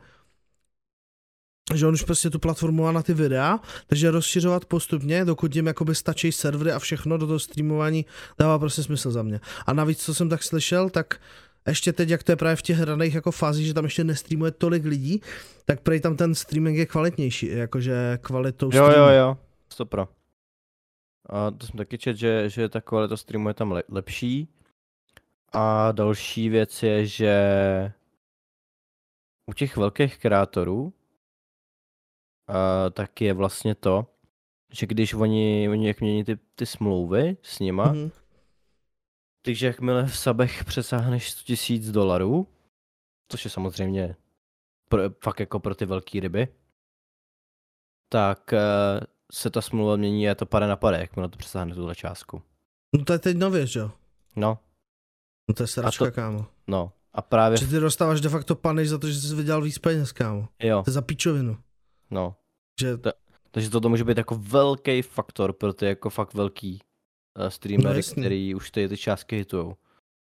že on už prostě tu platformu má na ty videa, takže rozšiřovat postupně, dokud jim jakoby stačí servery a všechno do toho streamování dává prostě smysl za mě. A navíc, co jsem tak slyšel, tak ještě teď, jak to je právě v těch hraných jako fázích, že tam ještě nestreamuje tolik lidí, tak prej tam ten streaming je kvalitnější, jakože kvalitou streamu. Jo, jo, jo, stopro. A to jsem taky čet, že, že ta kvalita streamu je tam le- lepší. A další věc je, že u těch velkých kreatorů a tak je vlastně to, že když oni, oni jak mění ty, ty smlouvy s nima, mm-hmm. takže jakmile v sabech přesáhneš sto tisíc dolarů, což je samozřejmě pro, fakt jako pro ty velký ryby, tak uh, se ta smlouva mění a je to pade na pade, jakmile to přesáhne tuhle částku. No to je teď nově, že jo? No. No to je sračka, to, kámo. No a právě... Že ty dostáváš de facto punish za to, že jsi vydělal víc peněz, kámo. Jo. To je za píčovinu. No. Že... To, takže to může být jako velký faktor pro ty jako fakt velký uh, streamery, no, který už ty, ty částky hitujou.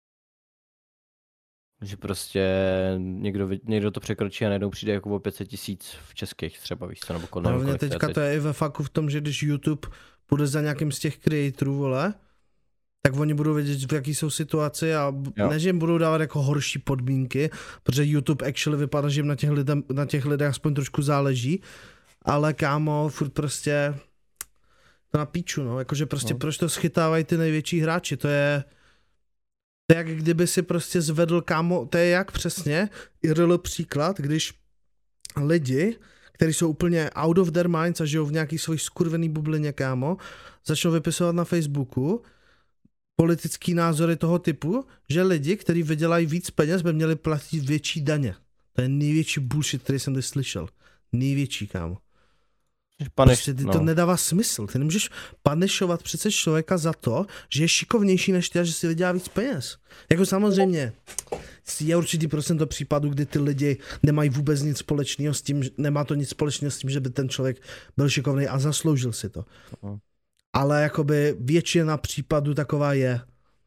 Že prostě někdo, někdo to překročí a najednou přijde jako o pět set tisíc v českých třeba, víš co, nebo kolem. Hlavně teďka teď. To je i ve faku v tom, že když YouTube půjde za nějakým z těch creatorů, vole, tak oni budou vědět, v jaký jsou situaci a jo. Ne, že jim budou dávat jako horší podmínky, protože YouTube actually vypadá, že jim na těch, lidem, na těch lidech aspoň trošku záleží, ale kámo, furt prostě to na píču, no, jakože prostě no. Proč to schytávají ty největší hráči, to je to je jak kdyby si prostě zvedl, kámo, to je jak přesně, i real příklad, když lidi, kteří jsou úplně out of their minds a žijou v nějaký svojí skurvený bublině, kámo, začnou vypisovat na Facebooku politický názory toho typu, že lidi, kteří vydělají víc peněz, by měli platit větší daně. To je největší bullshit, který jsem teď slyšel. Největší, kámo. Paneš, prostě ty no. To nedává smysl. Ty nemůžeš panešovat přece člověka za to, že je šikovnější než ty a že si vydělá víc peněz. Jako samozřejmě je určitý procento případů, kdy ty lidi nemají vůbec nic společného s tím, nemá to nic společného s tím, že by ten člověk byl šikovný a zasloužil si to. Uh-huh. Ale jakoby většina případů taková je.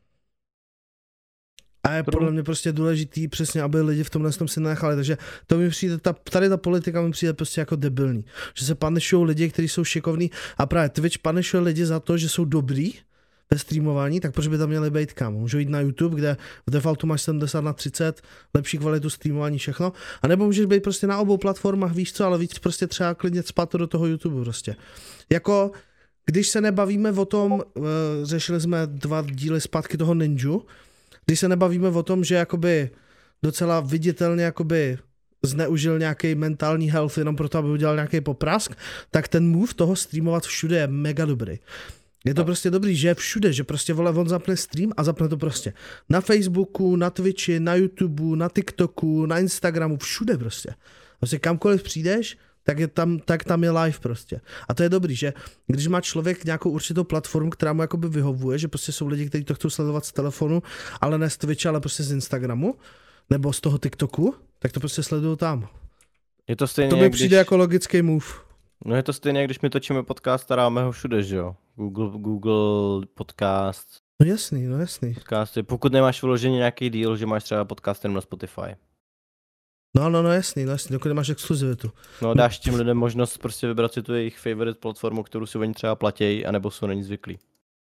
A je podle mě prostě důležitý přesně, aby lidi v tomhle tom si nenechali, takže to mi přijde, ta, tady ta politika mi přijde prostě jako debilní, že se punishujou lidi, kteří jsou šikovní a právě Twitch punishuje lidi za to, že jsou dobrý ve streamování, tak proč by tam měly být, kámo? Můžou jít na YouTube, kde v defaultu máš sedmdesát na třicet, lepší kvalitu streamování, všechno. A nebo můžeš být prostě na obou platformách, víš co, ale víc prostě třeba klidně spát to do toho YouTube prostě. Jako, když se nebavíme o tom, uh, řešili jsme dva díly zpátky toho Ninju, když se nebavíme o tom, že jakoby docela viditelně jakoby zneužil nějaký mentální health jenom proto, aby udělal nějaký poprask, tak ten move toho streamovat všude je mega dobrý. Je to no. prostě dobrý, že je všude, že prostě vole, on zapne stream a zapne to prostě na Facebooku, na Twitchi, na YouTubeu, na TikToku, na Instagramu, všude prostě. Prostě kamkoliv přijdeš, tak, je tam, tak tam je live prostě. A to je dobrý, že když má člověk nějakou určitou platformu, která mu jakoby vyhovuje, že prostě jsou lidi, kteří to chcou sledovat z telefonu, ale ne z Twitche, ale prostě z Instagramu, nebo z toho TikToku, tak to prostě sledují tam. Je to stejně, to mi přijde když... jako logický move. No je to stejně, když my točíme podcast, staráme ho všude, že jo? Google, Google podcast. No jasný, no jasný. Podcasty. Pokud nemáš vyložený nějaký deal, že máš třeba podcast jenom na Spotify. No, no, no jasný, no jasný, dokud máš exkluzivitu. No dáš těm lidem možnost prostě vybrat si tu jejich favorite platformu, kterou si oni třeba platějí, anebo jsou na ní zvyklí.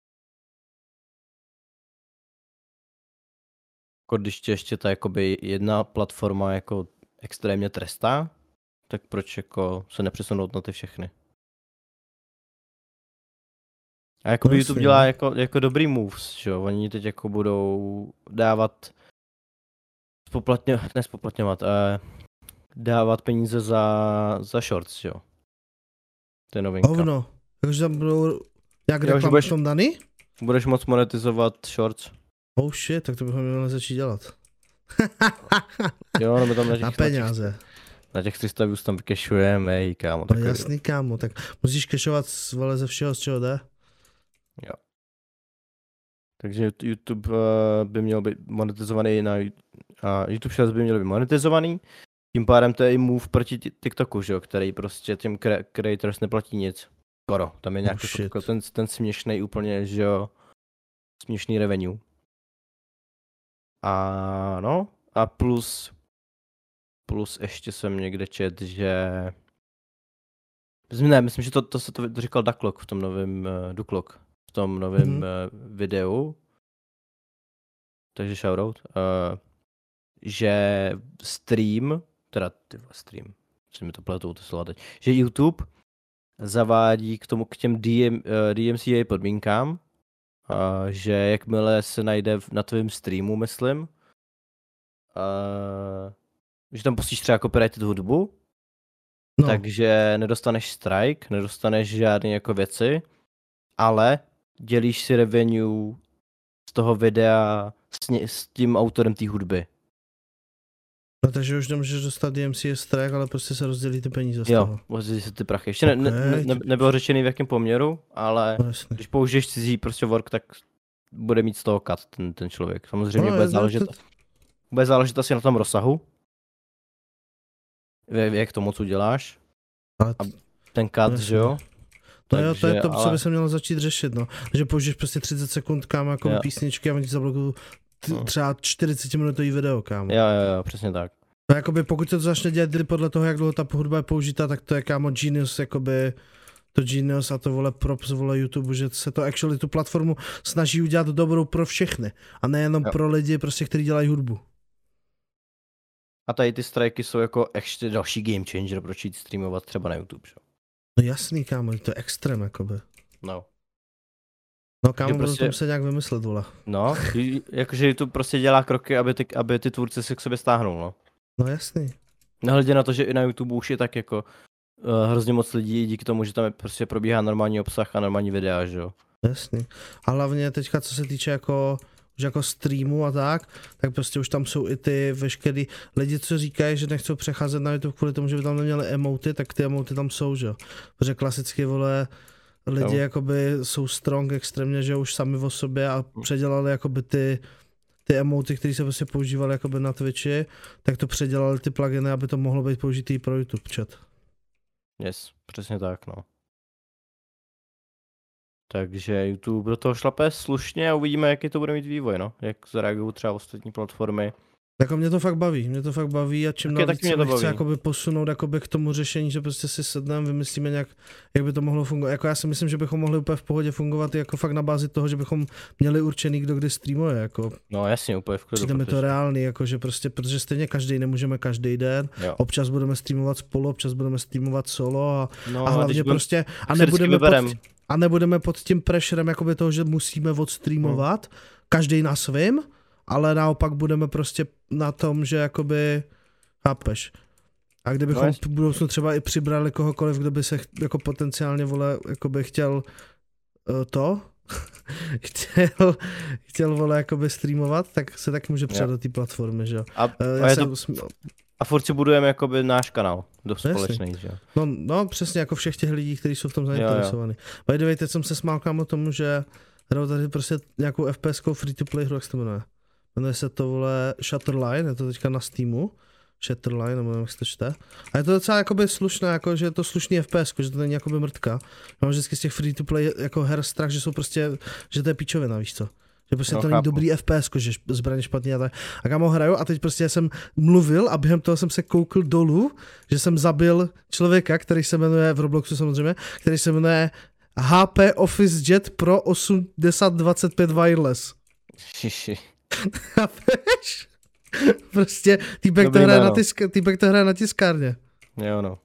Jako když tě ještě ta jakoby jedna platforma jako extrémně trestá, tak proč jako se nepřesunout na ty všechny? A jakoby no, YouTube dělá jako, jako dobrý moves, že jo? Oni teď jako budou dávat spoplatňovat, ne spoplatňovat, eh, dávat peníze za, za shorts, jo? To je novinka. Hovno, takže tam budou jak jo, reklamy v tom daný? Budeš moc monetizovat shorts. Oh shit, tak to bychom měli začít dělat. Jo, nebo tam na těch, na peníze. Na těch, na těch tři sta views tam vykešujeme, ej, kámo. No jasný, kámo, tak musíš kešovat vole ze všeho, z čeho jde. Jo. Takže YouTube uh, by měl být monetizovaný na uh, YouTube Shorts by měl být monetizovaný. Tím pádem to je i move proti TikToku, že jo, který prostě těm cre- creators neplatí nic. Skoro, tam je nějaký oh, jako ten, ten směšnej úplně, že jo, směšný revenue. A no, a plus, plus ještě jsem někde čet, že, ne, myslím, že to, to se to říkal Ducklok v tom novém, uh, Ducklok, v tom novém mm-hmm. uh, videu, takže shoutout, uh, že stream, teda tyhle stream, si mi to pletou ty slova teď, že YouTube zavádí k tomu, k těm D M, uh, D M C A podmínkám, Uh, že jakmile se najde na tvém streamu, myslím, uh, že tam pustíš třeba copyrighted hudbu, no. Takže nedostaneš strike, nedostaneš žádné jako věci, ale dělíš si revenue z toho videa s, ně, s tím autorem té hudby. No takže už nemůžeš dostat D M C A strike, ale prostě se rozdělí ty peníze z jo, toho. Jo, rozdělí se ty prachy. Ještě okay. ne, ne, ne, nebylo řečený v jakém poměru, ale no, když použiješ cizí prostě work, tak bude mít z toho cut ten, ten člověk. Samozřejmě no, bude, záležet, to... bude záležet asi na tom rozsahu, jak to moc uděláš. Ale a ten cut, že jo? No jo, to je to, ale... co by se mělo začít řešit, no. Že použiješ prostě třicet sekund, kámo, jako jo. písničky a oni ti zablokují t- třeba čtyřicetiminutový video, kámo. Jo, jo, jo, přesně tak. No jakoby pokud se to začne dělat podle toho, jak dlouho ta hudba je použitá, tak to je, kámo, genius, jakoby to genius a to vole props, vole YouTube, že se to actually tu platformu snaží udělat dobrou pro všechny a nejenom jo. pro lidi, prostě, kteří dělají hudbu. A tady ty strajky jsou jako ještě další game changer, proč jít streamovat třeba na YouTube, že? No jasný, kámo, to je extrém, jakoby. No. No kámo, budu prostě... to muset nějak vymyslet, vole. No, jakože YouTube prostě dělá kroky, aby ty, aby ty tvůrci si k sobě stáhnul, no. No jasný. Nehledě na to, že i na YouTube už je tak jako uh, hrozně moc lidí díky tomu, že tam je, prostě probíhá normální obsah a normální videa, že jo. Jasný. A hlavně teďka, co se týče jako, už jako streamu a tak, tak prostě už tam jsou i ty veškerý lidi, co říkají, že nechcou přecházet na YouTube kvůli tomu, že by tam neměli emoty, tak ty emoty tam jsou, že jo. Protože klasicky, vole, lidi no. jakoby jsou strong extrémně, že už sami o sobě a předělali jakoby ty ty emoty, které se prostě používaly jakoby na Twitchi, tak to předělali ty pluginy, aby to mohlo být použitý pro YouTube chat. Yes, přesně tak, no. Takže YouTube do toho šlape slušně a uvidíme, jaký to bude mít vývoj, no. Jak zareagují třeba ostatní platformy. Jako mě to fakt baví, mě to fakt baví a čím dál víc se mi chce jakoby posunout jakoby k tomu řešení, že prostě si sedneme, vymyslíme nějak, jak by to mohlo fungovat. Jako já si myslím, že bychom mohli úplně v pohodě fungovat jako fakt na bázi toho, že bychom měli určený, kdo kdy streamuje, jako. No jasně, úplně v klidu. Přijde mi to reálný, jako že prostě, protože stejně každý nemůžeme každý den, jo. Občas budeme streamovat spolu, občas budeme streamovat solo a, no, a hlavně prostě, a nebudeme, pod, a nebudeme pod tím pressurem jakoby toho, že musíme odstreamovat, hmm. každý na svým, ale naopak budeme prostě na tom, že jakoby, chápeš. A kdybychom no, v budoucnu třeba i přibrali kohokoliv, kdo by se jako potenciálně, vole, jakoby chtěl uh, to, chtěl, chtěl, vole, jakoby streamovat, tak se tak může přidat do té platformy, že jo. A, uh, a, jsem, to, a furt si budujeme jakoby náš kanál, do společný, že jo. No, no, přesně jako všech těch lidí, kteří jsou v tom zainteresovaní. By the way, teď jsem se smál kámo tomu, že hrajou tady prostě nějakou F P S-kou free-to-play hru, jak se to jmenuje. Jmenuje se to, vole, Shutterline, je to teďka na Steamu. Shutterline, nebo nevím, jak se to čte. A je to docela jakoby slušné, jako, že je to slušný F P S, že to není jakoby mrtka. Já mám vždycky z těch free-to-play jako her strach, že jsou prostě, že to je píčovina, víš co. Že prostě no, to není dobrý F P S, že zbraně špatně a tak. A kámo hraju a teď prostě jsem mluvil a během toho jsem se koukl dolů, že jsem zabil člověka, který se jmenuje, v Robloxu samozřejmě, který se jmenuje H P Office Jet Pro osmdesát dvacet pět Wireless. Šiši. Chápeš? Prostě týpek to, hraje na tisk, týpek to hraje na tiskárně. Jo no.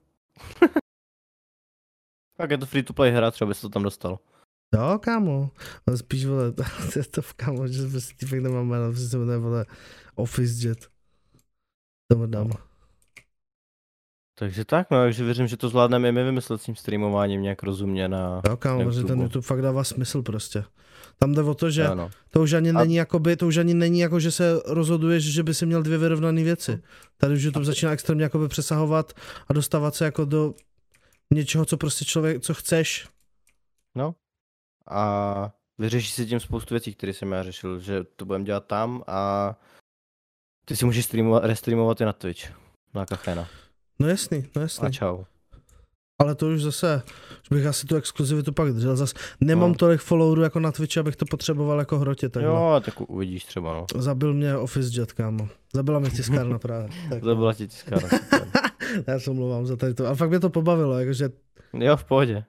Tak je to free to play hra, třeba bys to tam dostal. Jo, kámo. Ale spíš, vole, to je to v kámo, že prostě týpek nemá jméno, prostě se jmenuje, vole, Office Jet. To dám. Takže tak, no, takže věřím, že to zvládneme i my vymyslet s tím streamováním nějak rozumně na Jo, kámo, že ten YouTube fakt dává smysl prostě. Tam jde o to, že ano. to už ani a... není jakoby, to už ani není jako, že se rozhoduješ, že by si měl dvě vyrovnané věci. Tady už YouTube začíná extrémně jakoby přesahovat a dostávat se jako do něčeho, co prostě člověk, co chceš. No. A vyřešíš si tím spoustu věcí, které jsem já řešil, že to budeme dělat tam a ty si můžeš streamovat, restreamovat i na Twitch, na Kafena. No jasný, no jasný. A čau. Ale to už zase, že bych asi tu exkluzivitu pak držel, zase nemám no. tolik followerů jako na Twitchi, abych to potřeboval jako hrotit. Tak jo, no. tak uvidíš třeba, no. Zabil mě Office Jet, kámo. Zabila mě tiskárna právě. Tak, Zabila tě tiskárna. Já se omlouvám za tady to. A fakt mě to pobavilo, jakože... Jo, v pohodě.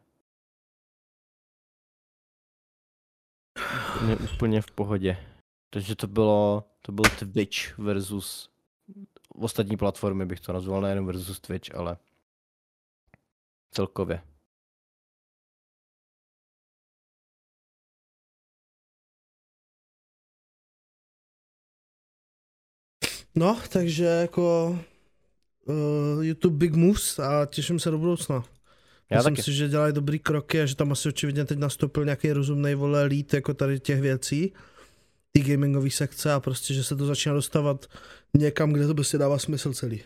Úplně, úplně v pohodě. Takže to bylo, to byl Twitch versus ostatní platformy, bych to nazval, nejen versus Twitch, ale celkově. No, takže jako uh, YouTube big moves a těším se do budoucna. Já Myslím taky. si, že dělají dobrý kroky a že tam asi očividně teď nastoupil nějaký rozumnej, vole, lead jako tady těch věcí, ty gamingové sekce a prostě, že se to začíná dostávat někam, kde to prostě dává smysl celý.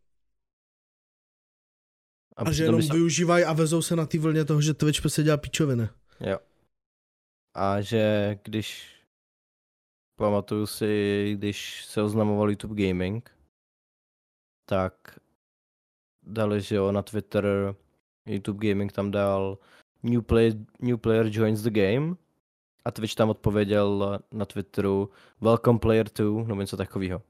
A, a že jenom se... využívají a vezou se na té vlně toho, že Twitch prostě dělá píčoviny. Jo. A že když, pamatuju si, když se oznamoval YouTube Gaming, tak dali, že jo, na Twitter, YouTube Gaming tam dal new, play, new player joins the game a Twitch tam odpověděl na Twitteru welcome player two, no něco takového.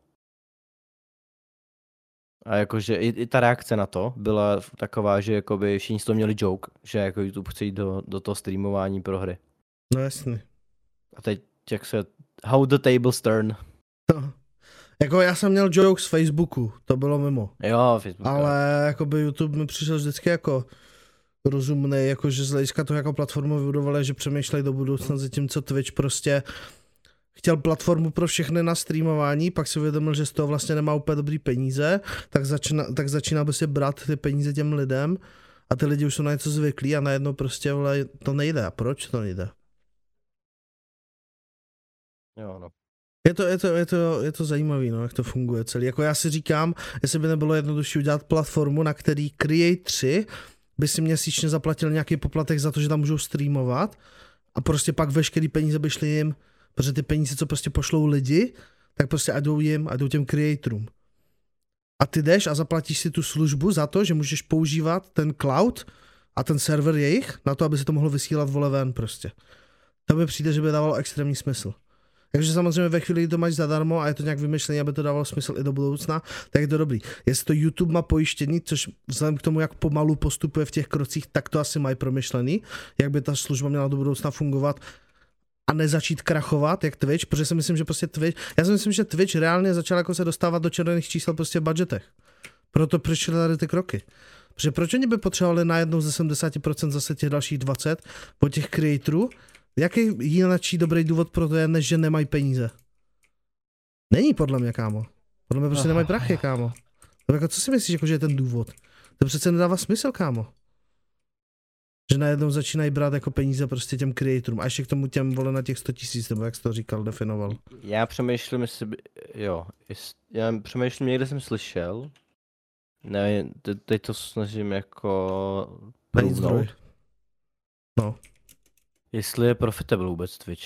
A jakože i, i ta reakce na to byla taková, že jakoby všichni z toho měli joke, že jako YouTube chce jít do, do toho streamování pro hry. No jasně. A teď jak se, how the tables turn. No. Jako já jsem měl joke z Facebooku, to bylo mimo. Jo, Facebook. Ale jakoby YouTube mi přišel vždycky jako rozumnej, jakože z hlediska toho jako platformu vybudovali, že přemýšlejí do budoucna za tím, co Twitch prostě chtěl platformu pro všechny na streamování, pak si uvědomil, že z toho vlastně nemá úplně dobrý peníze, tak začíná, tak začíná by si brát ty peníze těm lidem a ty lidi už jsou na něco zvyklí a najednou prostě vole, to nejde. A proč to nejde? Jo, no. Je to, je to, je to, je to zajímavý, no, jak to funguje celý. Jako já si říkám, jestli by nebylo jednodušší udělat platformu, na který creatoři by si měsíčně zaplatil nějaký poplatek za to, že tam můžou streamovat a prostě pak veškerý peníze by šly jim, protože ty peníze, co prostě pošlou lidi, tak prostě jdou jim a jdou těm creatorům. A ty jdeš a zaplatíš si tu službu za to, že můžeš používat ten cloud a ten server jejich na to, aby se to mohlo vysílat vole ven prostě. To mi přijde, že by dávalo extrémní smysl. Takže samozřejmě ve chvíli, kdy to máš zadarmo a je to nějak vymyšlené, aby to dávalo smysl i do budoucna, tak je to dobrý. Jestli to YouTube má pojištění, což vzhledem k tomu, jak pomalu postupuje v těch krocích, tak to asi mají promyšlený, jak by ta služba měla do budoucna fungovat a nezačít krachovat, jak Twitch, protože si myslím, že prostě Twitch, já si myslím, že Twitch reálně začal jako se dostávat do červených čísel prostě v budgetech. Proto přišly tady ty kroky. Protože proč oni by potřebovali najednou ze sedmdesát procent zase těch dalších dvacet procent po těch creatorů? Jaký jináčí dobrý důvod pro to je, než že nemají peníze? Není podle mě, kámo. Podle mě prostě nemají prachy, kámo. Tak jako, co si myslíš, jako, že je ten důvod? To přece nedává smysl, kámo. Že najednou začínají brát jako peníze prostě těm creatorům a ještě k tomu těm vole na těch sto tisíc, nebo jak jsi to říkal, definoval. Já přemýšlím, jestli by, jo, jest, já přemýšlím, někde jsem slyšel, ne, te, teď to snažím jako průznout. No. Jestli je profitable vůbec Twitch.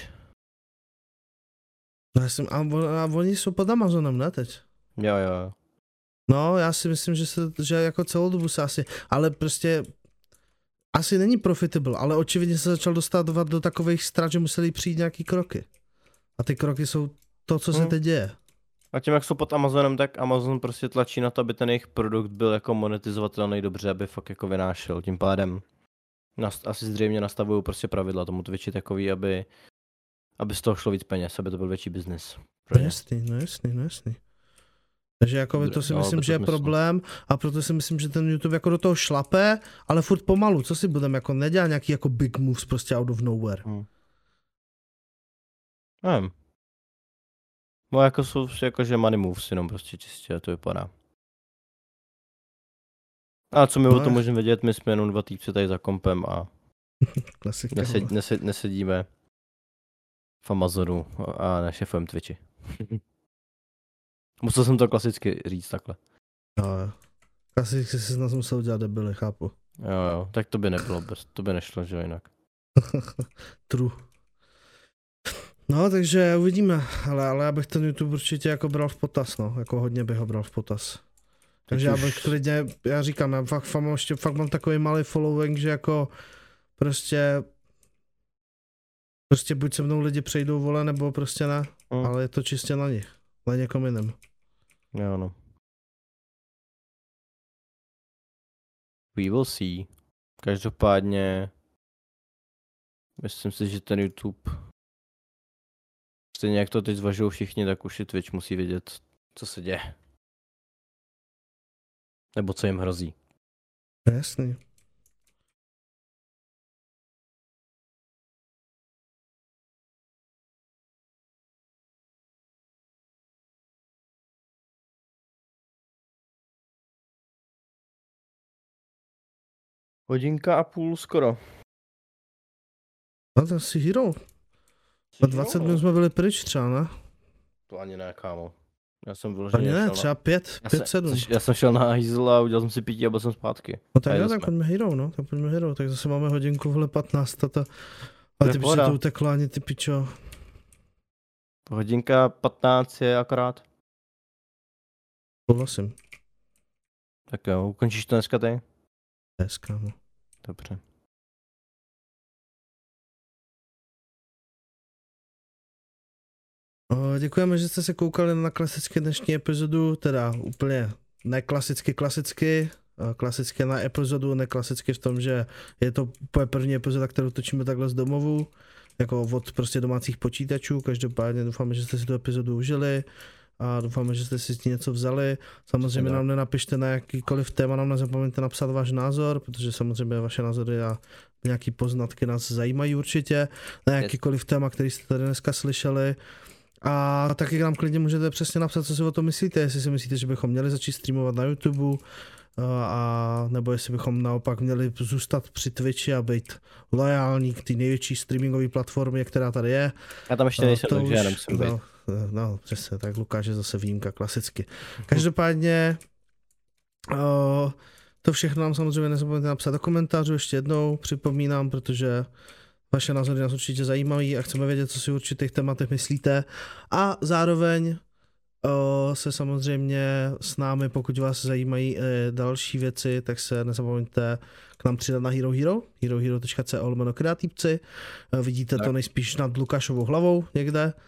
No, já jsem, a, a oni jsou pod Amazonem, ne teď? Jo, jo. No, já si myslím, že, se, že jako celou dobu se asi, ale prostě asi není profitable, ale očividně se začal dostávat do takových ztrát, že museli přijít nějaký kroky. A ty kroky jsou to, co se hmm. teď děje. A tím, jak jsou pod Amazonem, tak Amazon prostě tlačí na to, aby ten jejich produkt byl jako monetizovatelný dobře, aby fakt jako vynášel. Tím pádem nast- asi zřejmě nastavují prostě pravidla tomu Twitchi takový, aby, aby z toho šlo víc peněz, aby to byl větší biznis. No jasný, no jasný, no jasný. Takže jako to si no, myslím, že je problém a proto si myslím, že ten YouTube jako do toho šlape, ale furt pomalu, co si budeme, jako nedělá nějaký jako big moves prostě out of nowhere. Hmm. Nevím. No jako jsou jakože money moves jenom prostě čistě, to vypadá. A co my no, o tom můžeme vědět, my jsme jenom dva týpci tady za kompem a nesed, nesed, nesedíme v Amazonu a nešefujeme Twitchi. Musel jsem to klasicky říct takhle. Jo, klasicky si nás musel dělat debily, chápu. Jo, jo, tak to by nebylo, to by nešlo, že jinak. True. No, takže uvidíme, ale, ale já bych ten YouTube určitě jako bral v potaz, no, jako hodně bych ho bral v potaz. Takže já bych klidně, já říkám, já fakt, fakt, mám, ještě, fakt mám takový malý following, že jako prostě prostě buď se mnou lidi přejdou, vole, nebo prostě ne, mm. ale je to čistě na nich, na někom jiném. Jo, no. We will see. Každopádně myslím si, že ten YouTube stejně jak to teď zvažují všichni, tak už i Twitch musí vědět, co se děje. Nebo co jim hrozí. Jasný. Hodinka a půl skoro. No to asi Hero. Na dvacet minut jsme byli pryč třeba, ne? To ani ne, kámo. Já jsem vyloženě ani ne, třeba na... pět, pět, sedm. Já jsem šel na hýzl a udělal jsem si pití a byl jsem zpátky. No tak jo, tak pojďme Hero, no, tak pojďme Hero, tak zase máme hodinku vhle patnáct, tata. A ty piče to uteklo ani ty pičo. Hodinka patnáct je akorát. Souhlasím. Tak jo, ukončíš to dneska ty? Dneska, no. Dobře. Děkujeme, že jste se koukali na klasicky dnešní epizodu, teda úplně neklasicky klasicky, klasicky na epizodu, neklasicky v tom, že je to první epizoda, kterou točíme takhle z domovu, jako od prostě domácích počítačů, každopádně doufáme, že jste si tu epizodu užili a doufáme, že jste si něco vzali. Samozřejmě nám nenapište na jakýkoliv téma, nám nezapomeňte napsat váš názor, protože samozřejmě vaše názory a nějaký poznatky nás zajímají určitě, na jakýkoliv téma, který jste tady dneska slyšeli. A taky nám klidně můžete přesně napsat, co si o tom myslíte, jestli si myslíte, že bychom měli začít streamovat na YouTube, a nebo jestli bychom naopak měli zůstat při Twitchi a být loajální k té největší streamingové platformě, která tady je. Já tam ještě nejsem, takže já nemusím být. No, no, přesně, tak Lukáš je zase výjimka, klasicky. Každopádně o, to všechno nám samozřejmě nezapomeňte napsat do komentářů ještě jednou, připomínám, protože vaše názory nás určitě zajímají a chceme vědět, co si o určitých tématech myslíte. A zároveň o, se samozřejmě s námi, pokud vás zajímají e, další věci, tak se nezapomeňte k nám přidat na Hero Hero, herohero tečka co lomeno kreativci. E, vidíte tak. To nejspíš nad Lukášovou hlavou někde.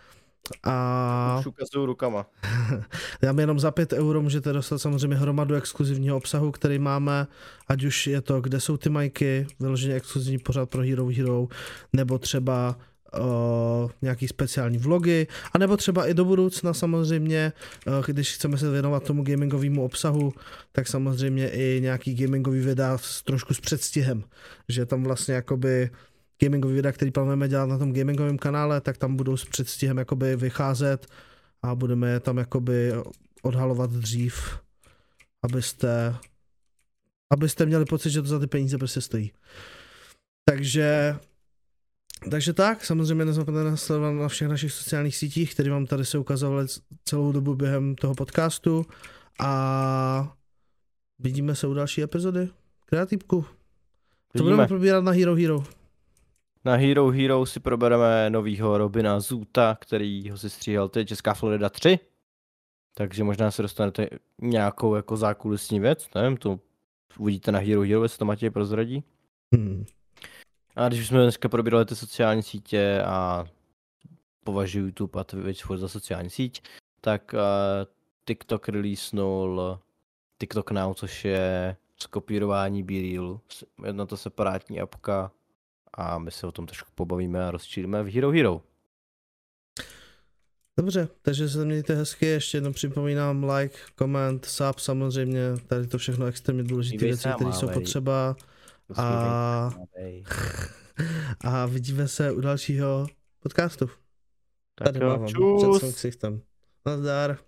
A Už ukazuju rukama. Dáme jenom za pět euro můžete dostat samozřejmě hromadu exkluzivního obsahu, který máme, ať už je to, kde jsou ty majky, vyloženě exkluzivní pořad pro Hero Hero, nebo třeba uh, nějaký speciální vlogy, anebo třeba i do budoucna samozřejmě, uh, když chceme se věnovat tomu gamingovému obsahu, tak samozřejmě i nějaký gamingový videa s, trošku s předstihem, že tam vlastně jakoby gamingový videa, který plánujeme dělat na tom gamingovém kanále, tak tam budou s předstihem jakoby vycházet a budeme je tam jakoby odhalovat dřív, abyste, abyste měli pocit, že to za ty peníze prostě stojí. Takže, takže tak, samozřejmě nezapomeňte nás sledovat na všech našich sociálních sítích, které vám tady se ukazovaly celou dobu během toho podcastu a vidíme se u další epizody. Kreativku. Co budeme probírat na Hero Hero? Na Hero Hero si probereme novýho Robina Zoota, který ho si stříhal teď Česká Florida tři. Takže možná se dostanete nějakou jako zákulisní věc, nevím, to uvidíte na Hero Hero, jestli to Matěj prozradí. Hmm. A když jsme dneska probírali ty sociální sítě a považuji YouTube a Twitch za sociální síť, tak uh, TikTok releasenul TikTok Now, což je skopírování B-Reelu. Jedna to separátní apka a my se o tom trošku pobavíme a rozčílíme v Hero Hero. Dobře, takže se mějte hezky, ještě jednou připomínám like, koment, sub samozřejmě, tady to všechno extrémně důležité věci, které jsou potřeba a, a vidíme se u dalšího podcastu. Tak Tady jo, mávám čus. před svým ksichtem. Nazdar.